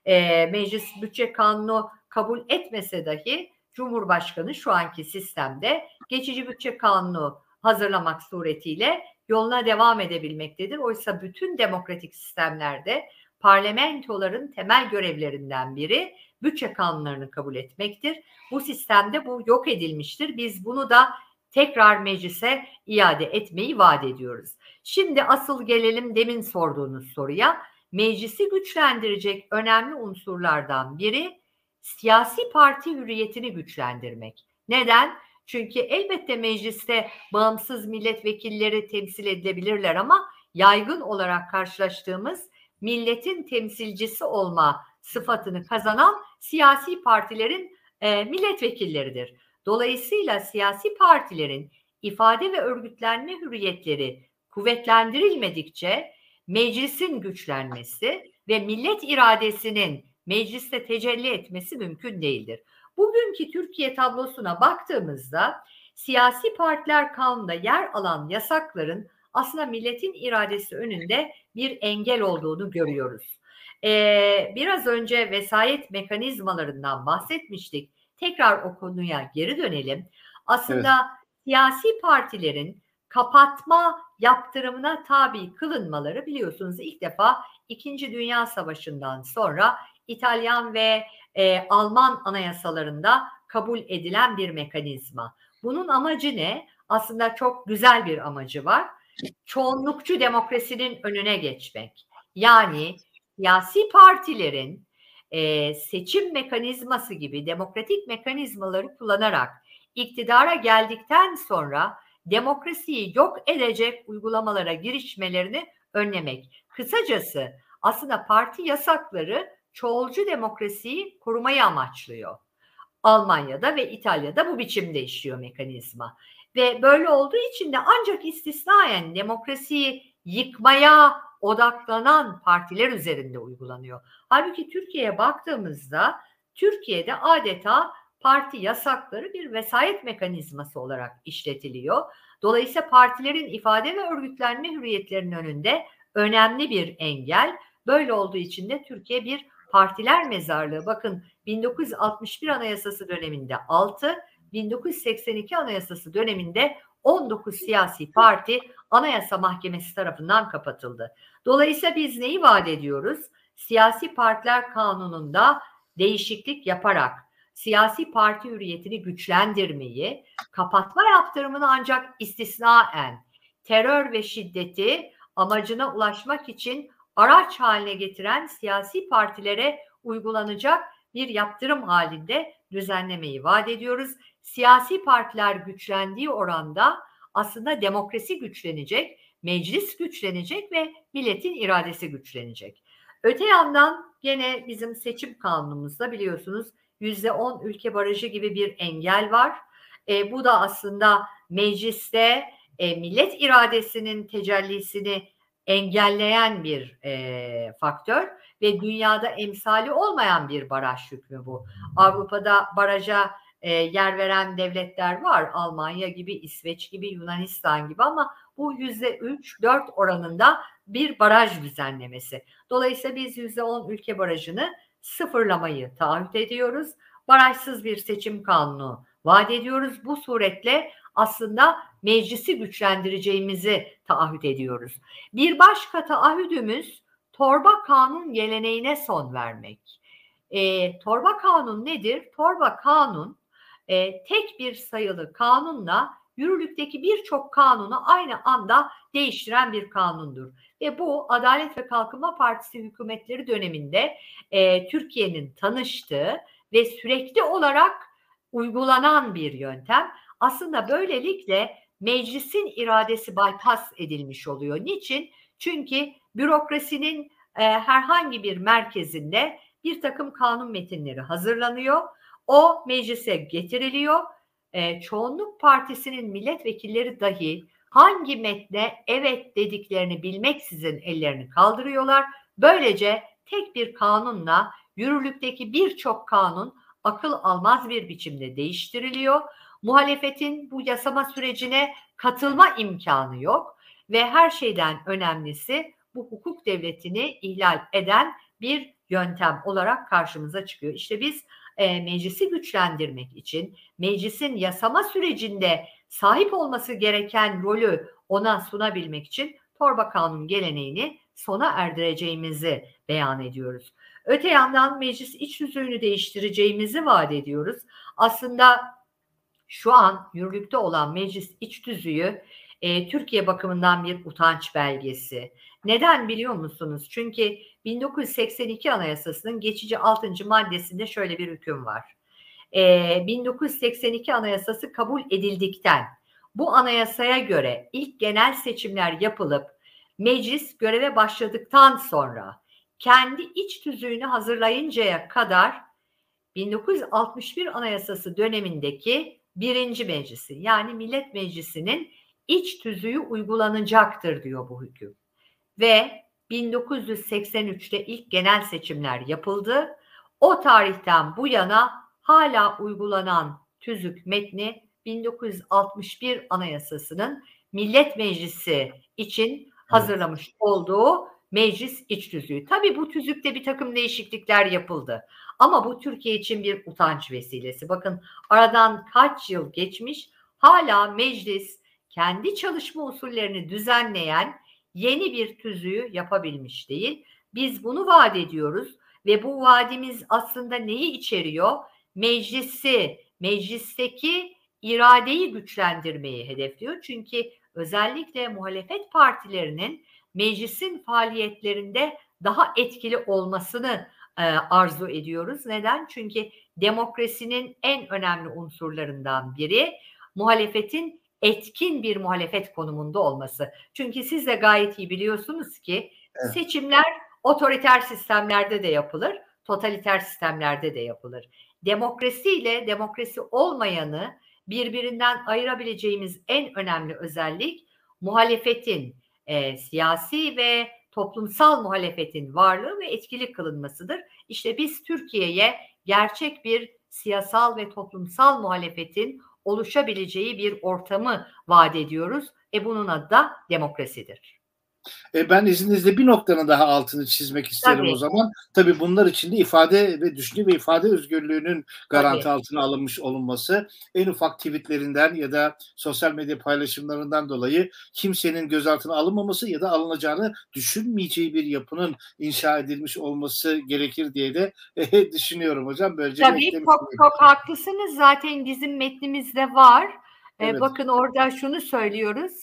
S2: e, meclis bütçe kanunu kabul etmese dahi Cumhurbaşkanı şu anki sistemde geçici bütçe kanunu hazırlamak suretiyle yoluna devam edebilmektedir. Oysa bütün demokratik sistemlerde parlamentoların temel görevlerinden biri bütçe kanunlarını kabul etmektir. Bu sistemde bu yok edilmiştir. Biz bunu da tekrar meclise iade etmeyi vaat ediyoruz. Şimdi asıl gelelim demin sorduğunuz soruya. Meclisi güçlendirecek önemli unsurlardan biri siyasi parti hürriyetini güçlendirmek. Neden? Çünkü elbette mecliste bağımsız milletvekilleri temsil edilebilirler ama yaygın olarak karşılaştığımız milletin temsilcisi olma sıfatını kazanan siyasi partilerin e, milletvekilleridir. Dolayısıyla siyasi partilerin ifade ve örgütlenme hürriyetleri kuvvetlendirilmedikçe meclisin güçlenmesi ve millet iradesinin mecliste tecelli etmesi mümkün değildir. Bugünkü Türkiye tablosuna baktığımızda siyasi partiler kanununda yer alan yasakların aslında milletin iradesi önünde bir engel olduğunu görüyoruz. Ee, biraz önce vesayet mekanizmalarından bahsetmiştik. Tekrar o konuya geri dönelim. Aslında evet. Siyasi partilerin kapatma yaptırımına tabi kılınmaları biliyorsunuz ilk defa İkinci Dünya Savaşı'ndan sonra İtalyan ve e, Alman anayasalarında kabul edilen bir mekanizma. Bunun amacı ne? Aslında çok güzel bir amacı var. Çoğunlukçu demokrasinin önüne geçmek. Yani siyasi partilerin e, seçim mekanizması gibi demokratik mekanizmaları kullanarak iktidara geldikten sonra demokrasiyi yok edecek uygulamalara girişmelerini önlemek. Kısacası aslında parti yasakları çoğulcu demokrasiyi korumayı amaçlıyor. Almanya'da ve İtalya'da bu biçimde işliyor mekanizma. Ve böyle olduğu için de ancak istisnaen demokrasiyi yıkmaya odaklanan partiler üzerinde uygulanıyor. Halbuki Türkiye'ye baktığımızda Türkiye'de adeta parti yasakları bir vesayet mekanizması olarak işletiliyor. Dolayısıyla partilerin ifade ve örgütlenme hürriyetlerinin önünde önemli bir engel. Böyle olduğu için de Türkiye bir partiler mezarlığı. Bakın bin dokuz yüz altmış bir Anayasası döneminde altı, bin dokuz yüz seksen iki Anayasası döneminde on dokuz siyasi parti Anayasa Mahkemesi tarafından kapatıldı. Dolayısıyla biz neyi vaat ediyoruz? Siyasi Partiler Kanunu'nda değişiklik yaparak siyasi parti hürriyetini güçlendirmeyi, kapatma yaptırımını ancak istisnaen terör ve şiddeti amacına ulaşmak için araç haline getiren siyasi partilere uygulanacak bir yaptırım halinde düzenlemeyi vaat ediyoruz. Siyasi partiler güçlendiği oranda aslında demokrasi güçlenecek, meclis güçlenecek ve milletin iradesi güçlenecek. Öte yandan gene bizim seçim kanunumuzda biliyorsunuz yüzde on ülke barajı gibi bir engel var. E, bu da aslında mecliste e, millet iradesinin tecellisini engelleyen bir e, faktör ve dünyada emsali olmayan bir baraj hükmü bu. Avrupa'da baraja e, yer veren devletler var. Almanya gibi, İsveç gibi, Yunanistan gibi ama bu yüzde üç dört oranında bir baraj düzenlemesi. Dolayısıyla biz yüzde on ülke barajını sıfırlamayı taahhüt ediyoruz. Barajsız bir seçim kanunu vaat ediyoruz. Bu suretle aslında meclisi güçlendireceğimizi taahhüt ediyoruz. Bir başka taahhüdümüz torba kanun geleneğine son vermek. E, torba kanun nedir? Torba kanun e, tek bir sayılı kanunla yürürlükteki birçok kanunu aynı anda değiştiren bir kanundur. Ve bu Adalet ve Kalkınma Partisi hükümetleri döneminde e, Türkiye'nin tanıştığı ve sürekli olarak uygulanan bir yöntem. Aslında böylelikle meclisin iradesi bypass edilmiş oluyor. Niçin? Çünkü bürokrasinin e, herhangi bir merkezinde bir takım kanun metinleri hazırlanıyor. O meclise getiriliyor. E, çoğunluk partisinin milletvekilleri dahi hangi metne evet dediklerini bilmeksizin ellerini kaldırıyorlar. Böylece tek bir kanunla yürürlükteki birçok kanun akıl almaz bir biçimde değiştiriliyor. Muhalefetin bu yasama sürecine katılma imkanı yok ve her şeyden önemlisi bu hukuk devletini ihlal eden bir yöntem olarak karşımıza çıkıyor. İşte biz e, meclisi güçlendirmek için, meclisin yasama sürecinde sahip olması gereken rolü ona sunabilmek için torba kanun geleneğini sona erdireceğimizi beyan ediyoruz. Öte yandan meclis iç tüzüğünü değiştireceğimizi vaat ediyoruz. Aslında şu an yürürlükte olan meclis iç tüzüğü e, Türkiye bakımından bir utanç belgesi. Neden biliyor musunuz? Çünkü bin dokuz yüz seksen iki Anayasası'nın geçici altıncı maddesinde şöyle bir hüküm var. E, bin dokuz yüz seksen iki Anayasası kabul edildikten, bu anayasaya göre ilk genel seçimler yapılıp meclis göreve başladıktan sonra kendi iç tüzüğünü hazırlayıncaya kadar bin dokuz yüz altmış bir Anayasası dönemindeki birinci meclisi, yani Millet Meclisi'nin iç tüzüğü uygulanacaktır diyor bu hüküm. Ve bin dokuz yüz seksen üçte ilk genel seçimler yapıldı. O tarihten bu yana hala uygulanan tüzük metni bin dokuz yüz altmış bir Anayasası'nın Millet Meclisi için hazırlamış evet. olduğu meclis iç tüzüğü. Tabii bu tüzükte bir takım değişiklikler yapıldı. Ama bu Türkiye için bir utanç vesilesi. Bakın aradan kaç yıl geçmiş, hala meclis kendi çalışma usullerini düzenleyen yeni bir tüzüğü yapabilmiş değil. Biz bunu vaat ediyoruz ve bu vaadimiz aslında neyi içeriyor? Meclisi, meclisteki iradeyi güçlendirmeyi hedefliyor. Çünkü özellikle muhalefet partilerinin meclisin faaliyetlerinde daha etkili olmasını e, arzu ediyoruz. Neden? Çünkü demokrasinin en önemli unsurlarından biri muhalefetin etkin bir muhalefet konumunda olması. Çünkü siz de gayet iyi biliyorsunuz ki evet. seçimler otoriter sistemlerde de yapılır, totaliter sistemlerde de yapılır. Demokrasi ile demokrasi olmayanı birbirinden ayırabileceğimiz en önemli özellik muhalefetin, e, siyasi ve toplumsal muhalefetin varlığı ve etkili kılınmasıdır. İşte biz Türkiye'ye gerçek bir siyasal ve toplumsal muhalefetin oluşabileceği bir ortamı vaat ediyoruz. E bunun adı da demokrasidir.
S1: E ben izninizle bir noktanın daha altını çizmek isterim Tabii. o zaman. Tabii bunlar içinde ifade ve düşünce ve ifade özgürlüğünün garanti Tabii. altına alınmış olunması, en ufak tweetlerinden ya da sosyal medya paylaşımlarından dolayı kimsenin gözaltına alınmaması ya da alınacağını düşünmeyeceği bir yapının inşa edilmiş olması gerekir diye de e, düşünüyorum hocam. Böylece
S2: Tabii çok, çok haklısınız. Zaten bizim metnimizde var. Evet. Ee, bakın orada şunu söylüyoruz.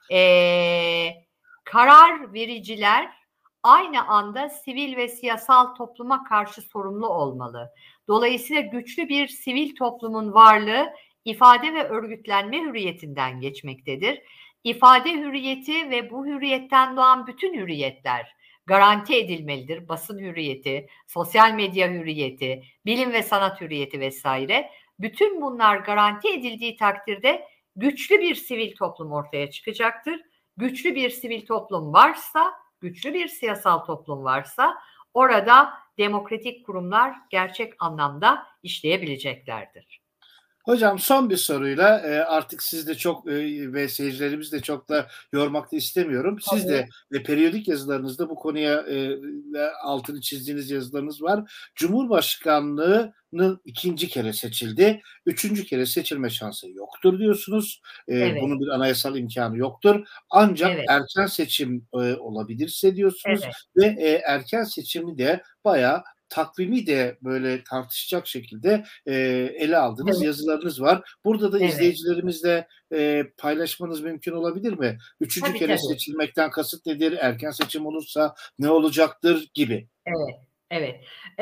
S2: Eee Karar vericiler aynı anda sivil ve siyasal topluma karşı sorumlu olmalı. Dolayısıyla güçlü bir sivil toplumun varlığı ifade ve örgütlenme hürriyetinden geçmektedir. İfade hürriyeti ve bu hürriyetten doğan bütün hürriyetler garanti edilmelidir. Basın hürriyeti, sosyal medya hürriyeti, bilim ve sanat hürriyeti vesaire. Bütün bunlar garanti edildiği takdirde güçlü bir sivil toplum ortaya çıkacaktır. Güçlü bir sivil toplum varsa, güçlü bir siyasal toplum varsa orada demokratik kurumlar gerçek anlamda işleyebileceklerdir.
S1: Hocam son bir soruyla e, artık siz de çok e, ve seyircilerimiz de çok da yormak da istemiyorum. Siz Tabii. de ve periyodik yazılarınızda bu konuya e, altını çizdiğiniz yazılarınız var. Cumhurbaşkanlığının ikinci kere seçildi. Üçüncü kere seçilme şansı yoktur diyorsunuz. E, evet. Bunun bir anayasal imkanı yoktur. Ancak evet. erken seçim e, olabilirse diyorsunuz evet. ve e, erken seçimi de bayağı takvimi de böyle tartışacak şekilde e, ele aldığınız evet. yazılarınız var. Burada da evet. izleyicilerimizle e, paylaşmanız mümkün olabilir mi? Üçüncü tabii, kere tabii. seçilmekten kasıt nedir? Erken seçim olursa ne olacaktır gibi.
S2: Evet, evet.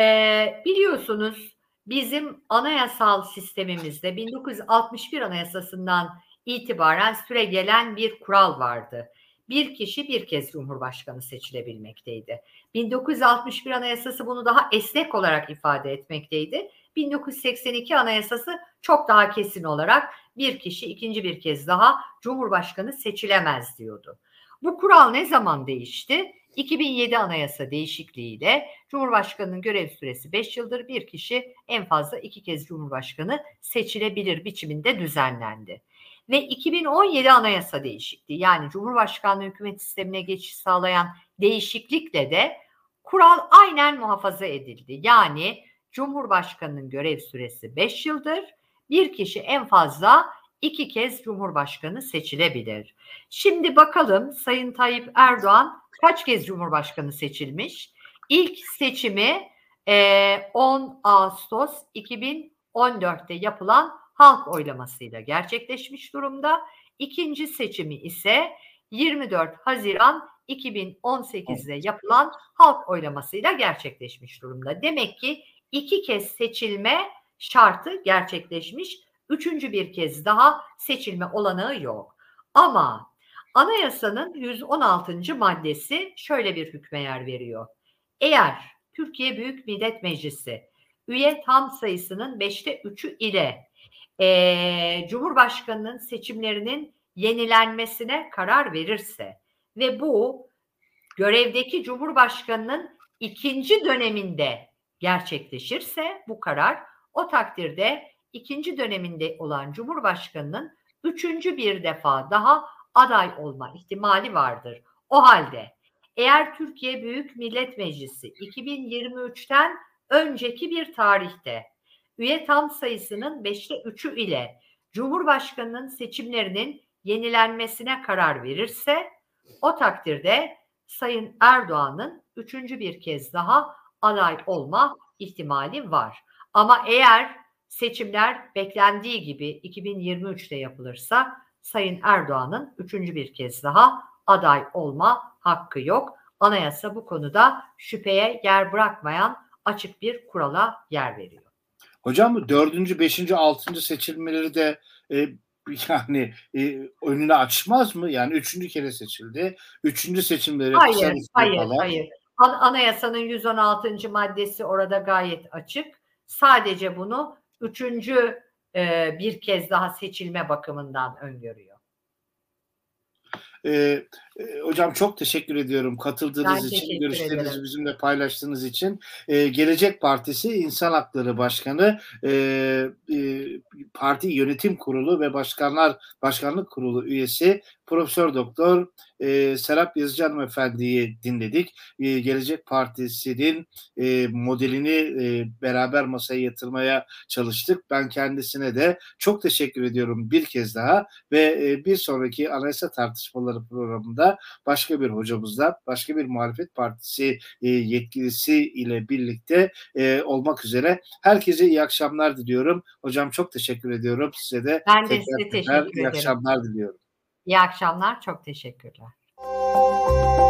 S2: Ee, biliyorsunuz bizim anayasal sistemimizde bin dokuz yüz altmış bir Anayasası'ndan itibaren süregelen bir kural vardı. Bir kişi bir kez Cumhurbaşkanı seçilebilmekteydi. bin dokuz yüz altmış bir Anayasası bunu daha esnek olarak ifade etmekteydi. bin dokuz yüz seksen iki Anayasası çok daha kesin olarak bir kişi ikinci bir kez daha Cumhurbaşkanı seçilemez diyordu. Bu kural ne zaman değişti? iki bin yedi Anayasa değişikliğiyle Cumhurbaşkanı'nın görev süresi beş yıldır, bir kişi en fazla iki kez Cumhurbaşkanı seçilebilir biçiminde düzenlendi. Ve iki bin on yedi Anayasa değişikliği, yani Cumhurbaşkanlığı hükümet sistemine geçiş sağlayan değişiklikle de kural aynen muhafaza edildi. Yani Cumhurbaşkanının görev süresi beş yıldır. Bir kişi en fazla iki kez Cumhurbaşkanı seçilebilir. Şimdi bakalım Sayın Tayyip Erdoğan kaç kez Cumhurbaşkanı seçilmiş? İlk seçimi on Ağustos iki bin on dörtte yapılan halk oylamasıyla gerçekleşmiş durumda. İkinci seçimi ise yirmi dört Haziran iki bin on sekizde yapılan halk oylamasıyla gerçekleşmiş durumda. Demek ki iki kez seçilme şartı gerçekleşmiş. Üçüncü bir kez daha seçilme olanağı yok. Ama anayasanın yüz on altıncı maddesi şöyle bir hükme yer veriyor. Eğer Türkiye Büyük Millet Meclisi üye tam sayısının beşte üçü ile e, Cumhurbaşkanının seçimlerinin yenilenmesine karar verirse ve bu görevdeki Cumhurbaşkanının ikinci döneminde gerçekleşirse bu karar, o takdirde ikinci döneminde olan Cumhurbaşkanının üçüncü bir defa daha aday olma ihtimali vardır. O halde eğer Türkiye Büyük Millet Meclisi iki bin yirmi üçten önceki bir tarihte üye tam sayısının beşte üçü ile Cumhurbaşkanının seçimlerinin yenilenmesine karar verirse o takdirde Sayın Erdoğan'ın üçüncü bir kez daha aday olma ihtimali var. Ama eğer seçimler beklendiği gibi iki bin yirmi üçte yapılırsa Sayın Erdoğan'ın üçüncü bir kez daha aday olma hakkı yok. Anayasa bu konuda şüpheye yer bırakmayan açık bir kurala yer veriyor.
S1: Hocam bu dördüncü, beşinci, altıncı seçilmeleri de e, yani e, önünü açmaz mı? Yani üçüncü kere seçildi. Üçüncü seçimleri
S2: hayır,
S1: kısa bir
S2: hayır,
S1: kala.
S2: hayır. An- Anayasanın yüz on altıncı maddesi orada gayet açık. Sadece bunu üçüncü e, bir kez daha seçilme bakımından öngörüyor.
S1: Ee, e, hocam çok teşekkür ediyorum katıldığınız
S2: Ben
S1: için, görüşlerinizi
S2: ederim.
S1: bizimle paylaştığınız için. Ee, Gelecek Partisi İnsan Hakları Başkanı, e, e, Parti Yönetim Kurulu ve Başkanlar Başkanlık Kurulu üyesi Profesör Doktor e, Serap Yazıcı Hanımefendi'yi dinledik. E, Gelecek Partisi'nin e, modelini e, beraber masaya yatırmaya çalıştık. Ben kendisine de çok teşekkür ediyorum bir kez daha ve e, bir sonraki anayasa tartışmaları programında başka bir hocamızla, başka bir muhalefet partisi e, yetkilisi ile birlikte e, olmak üzere. Herkese iyi akşamlar diliyorum. Hocam çok teşekkür ediyorum. Size de
S2: ben de
S1: tekrar
S2: size
S1: tekrar
S2: teşekkür
S1: iyi
S2: ederim.
S1: akşamlar diliyorum.
S2: İyi akşamlar, çok teşekkürler.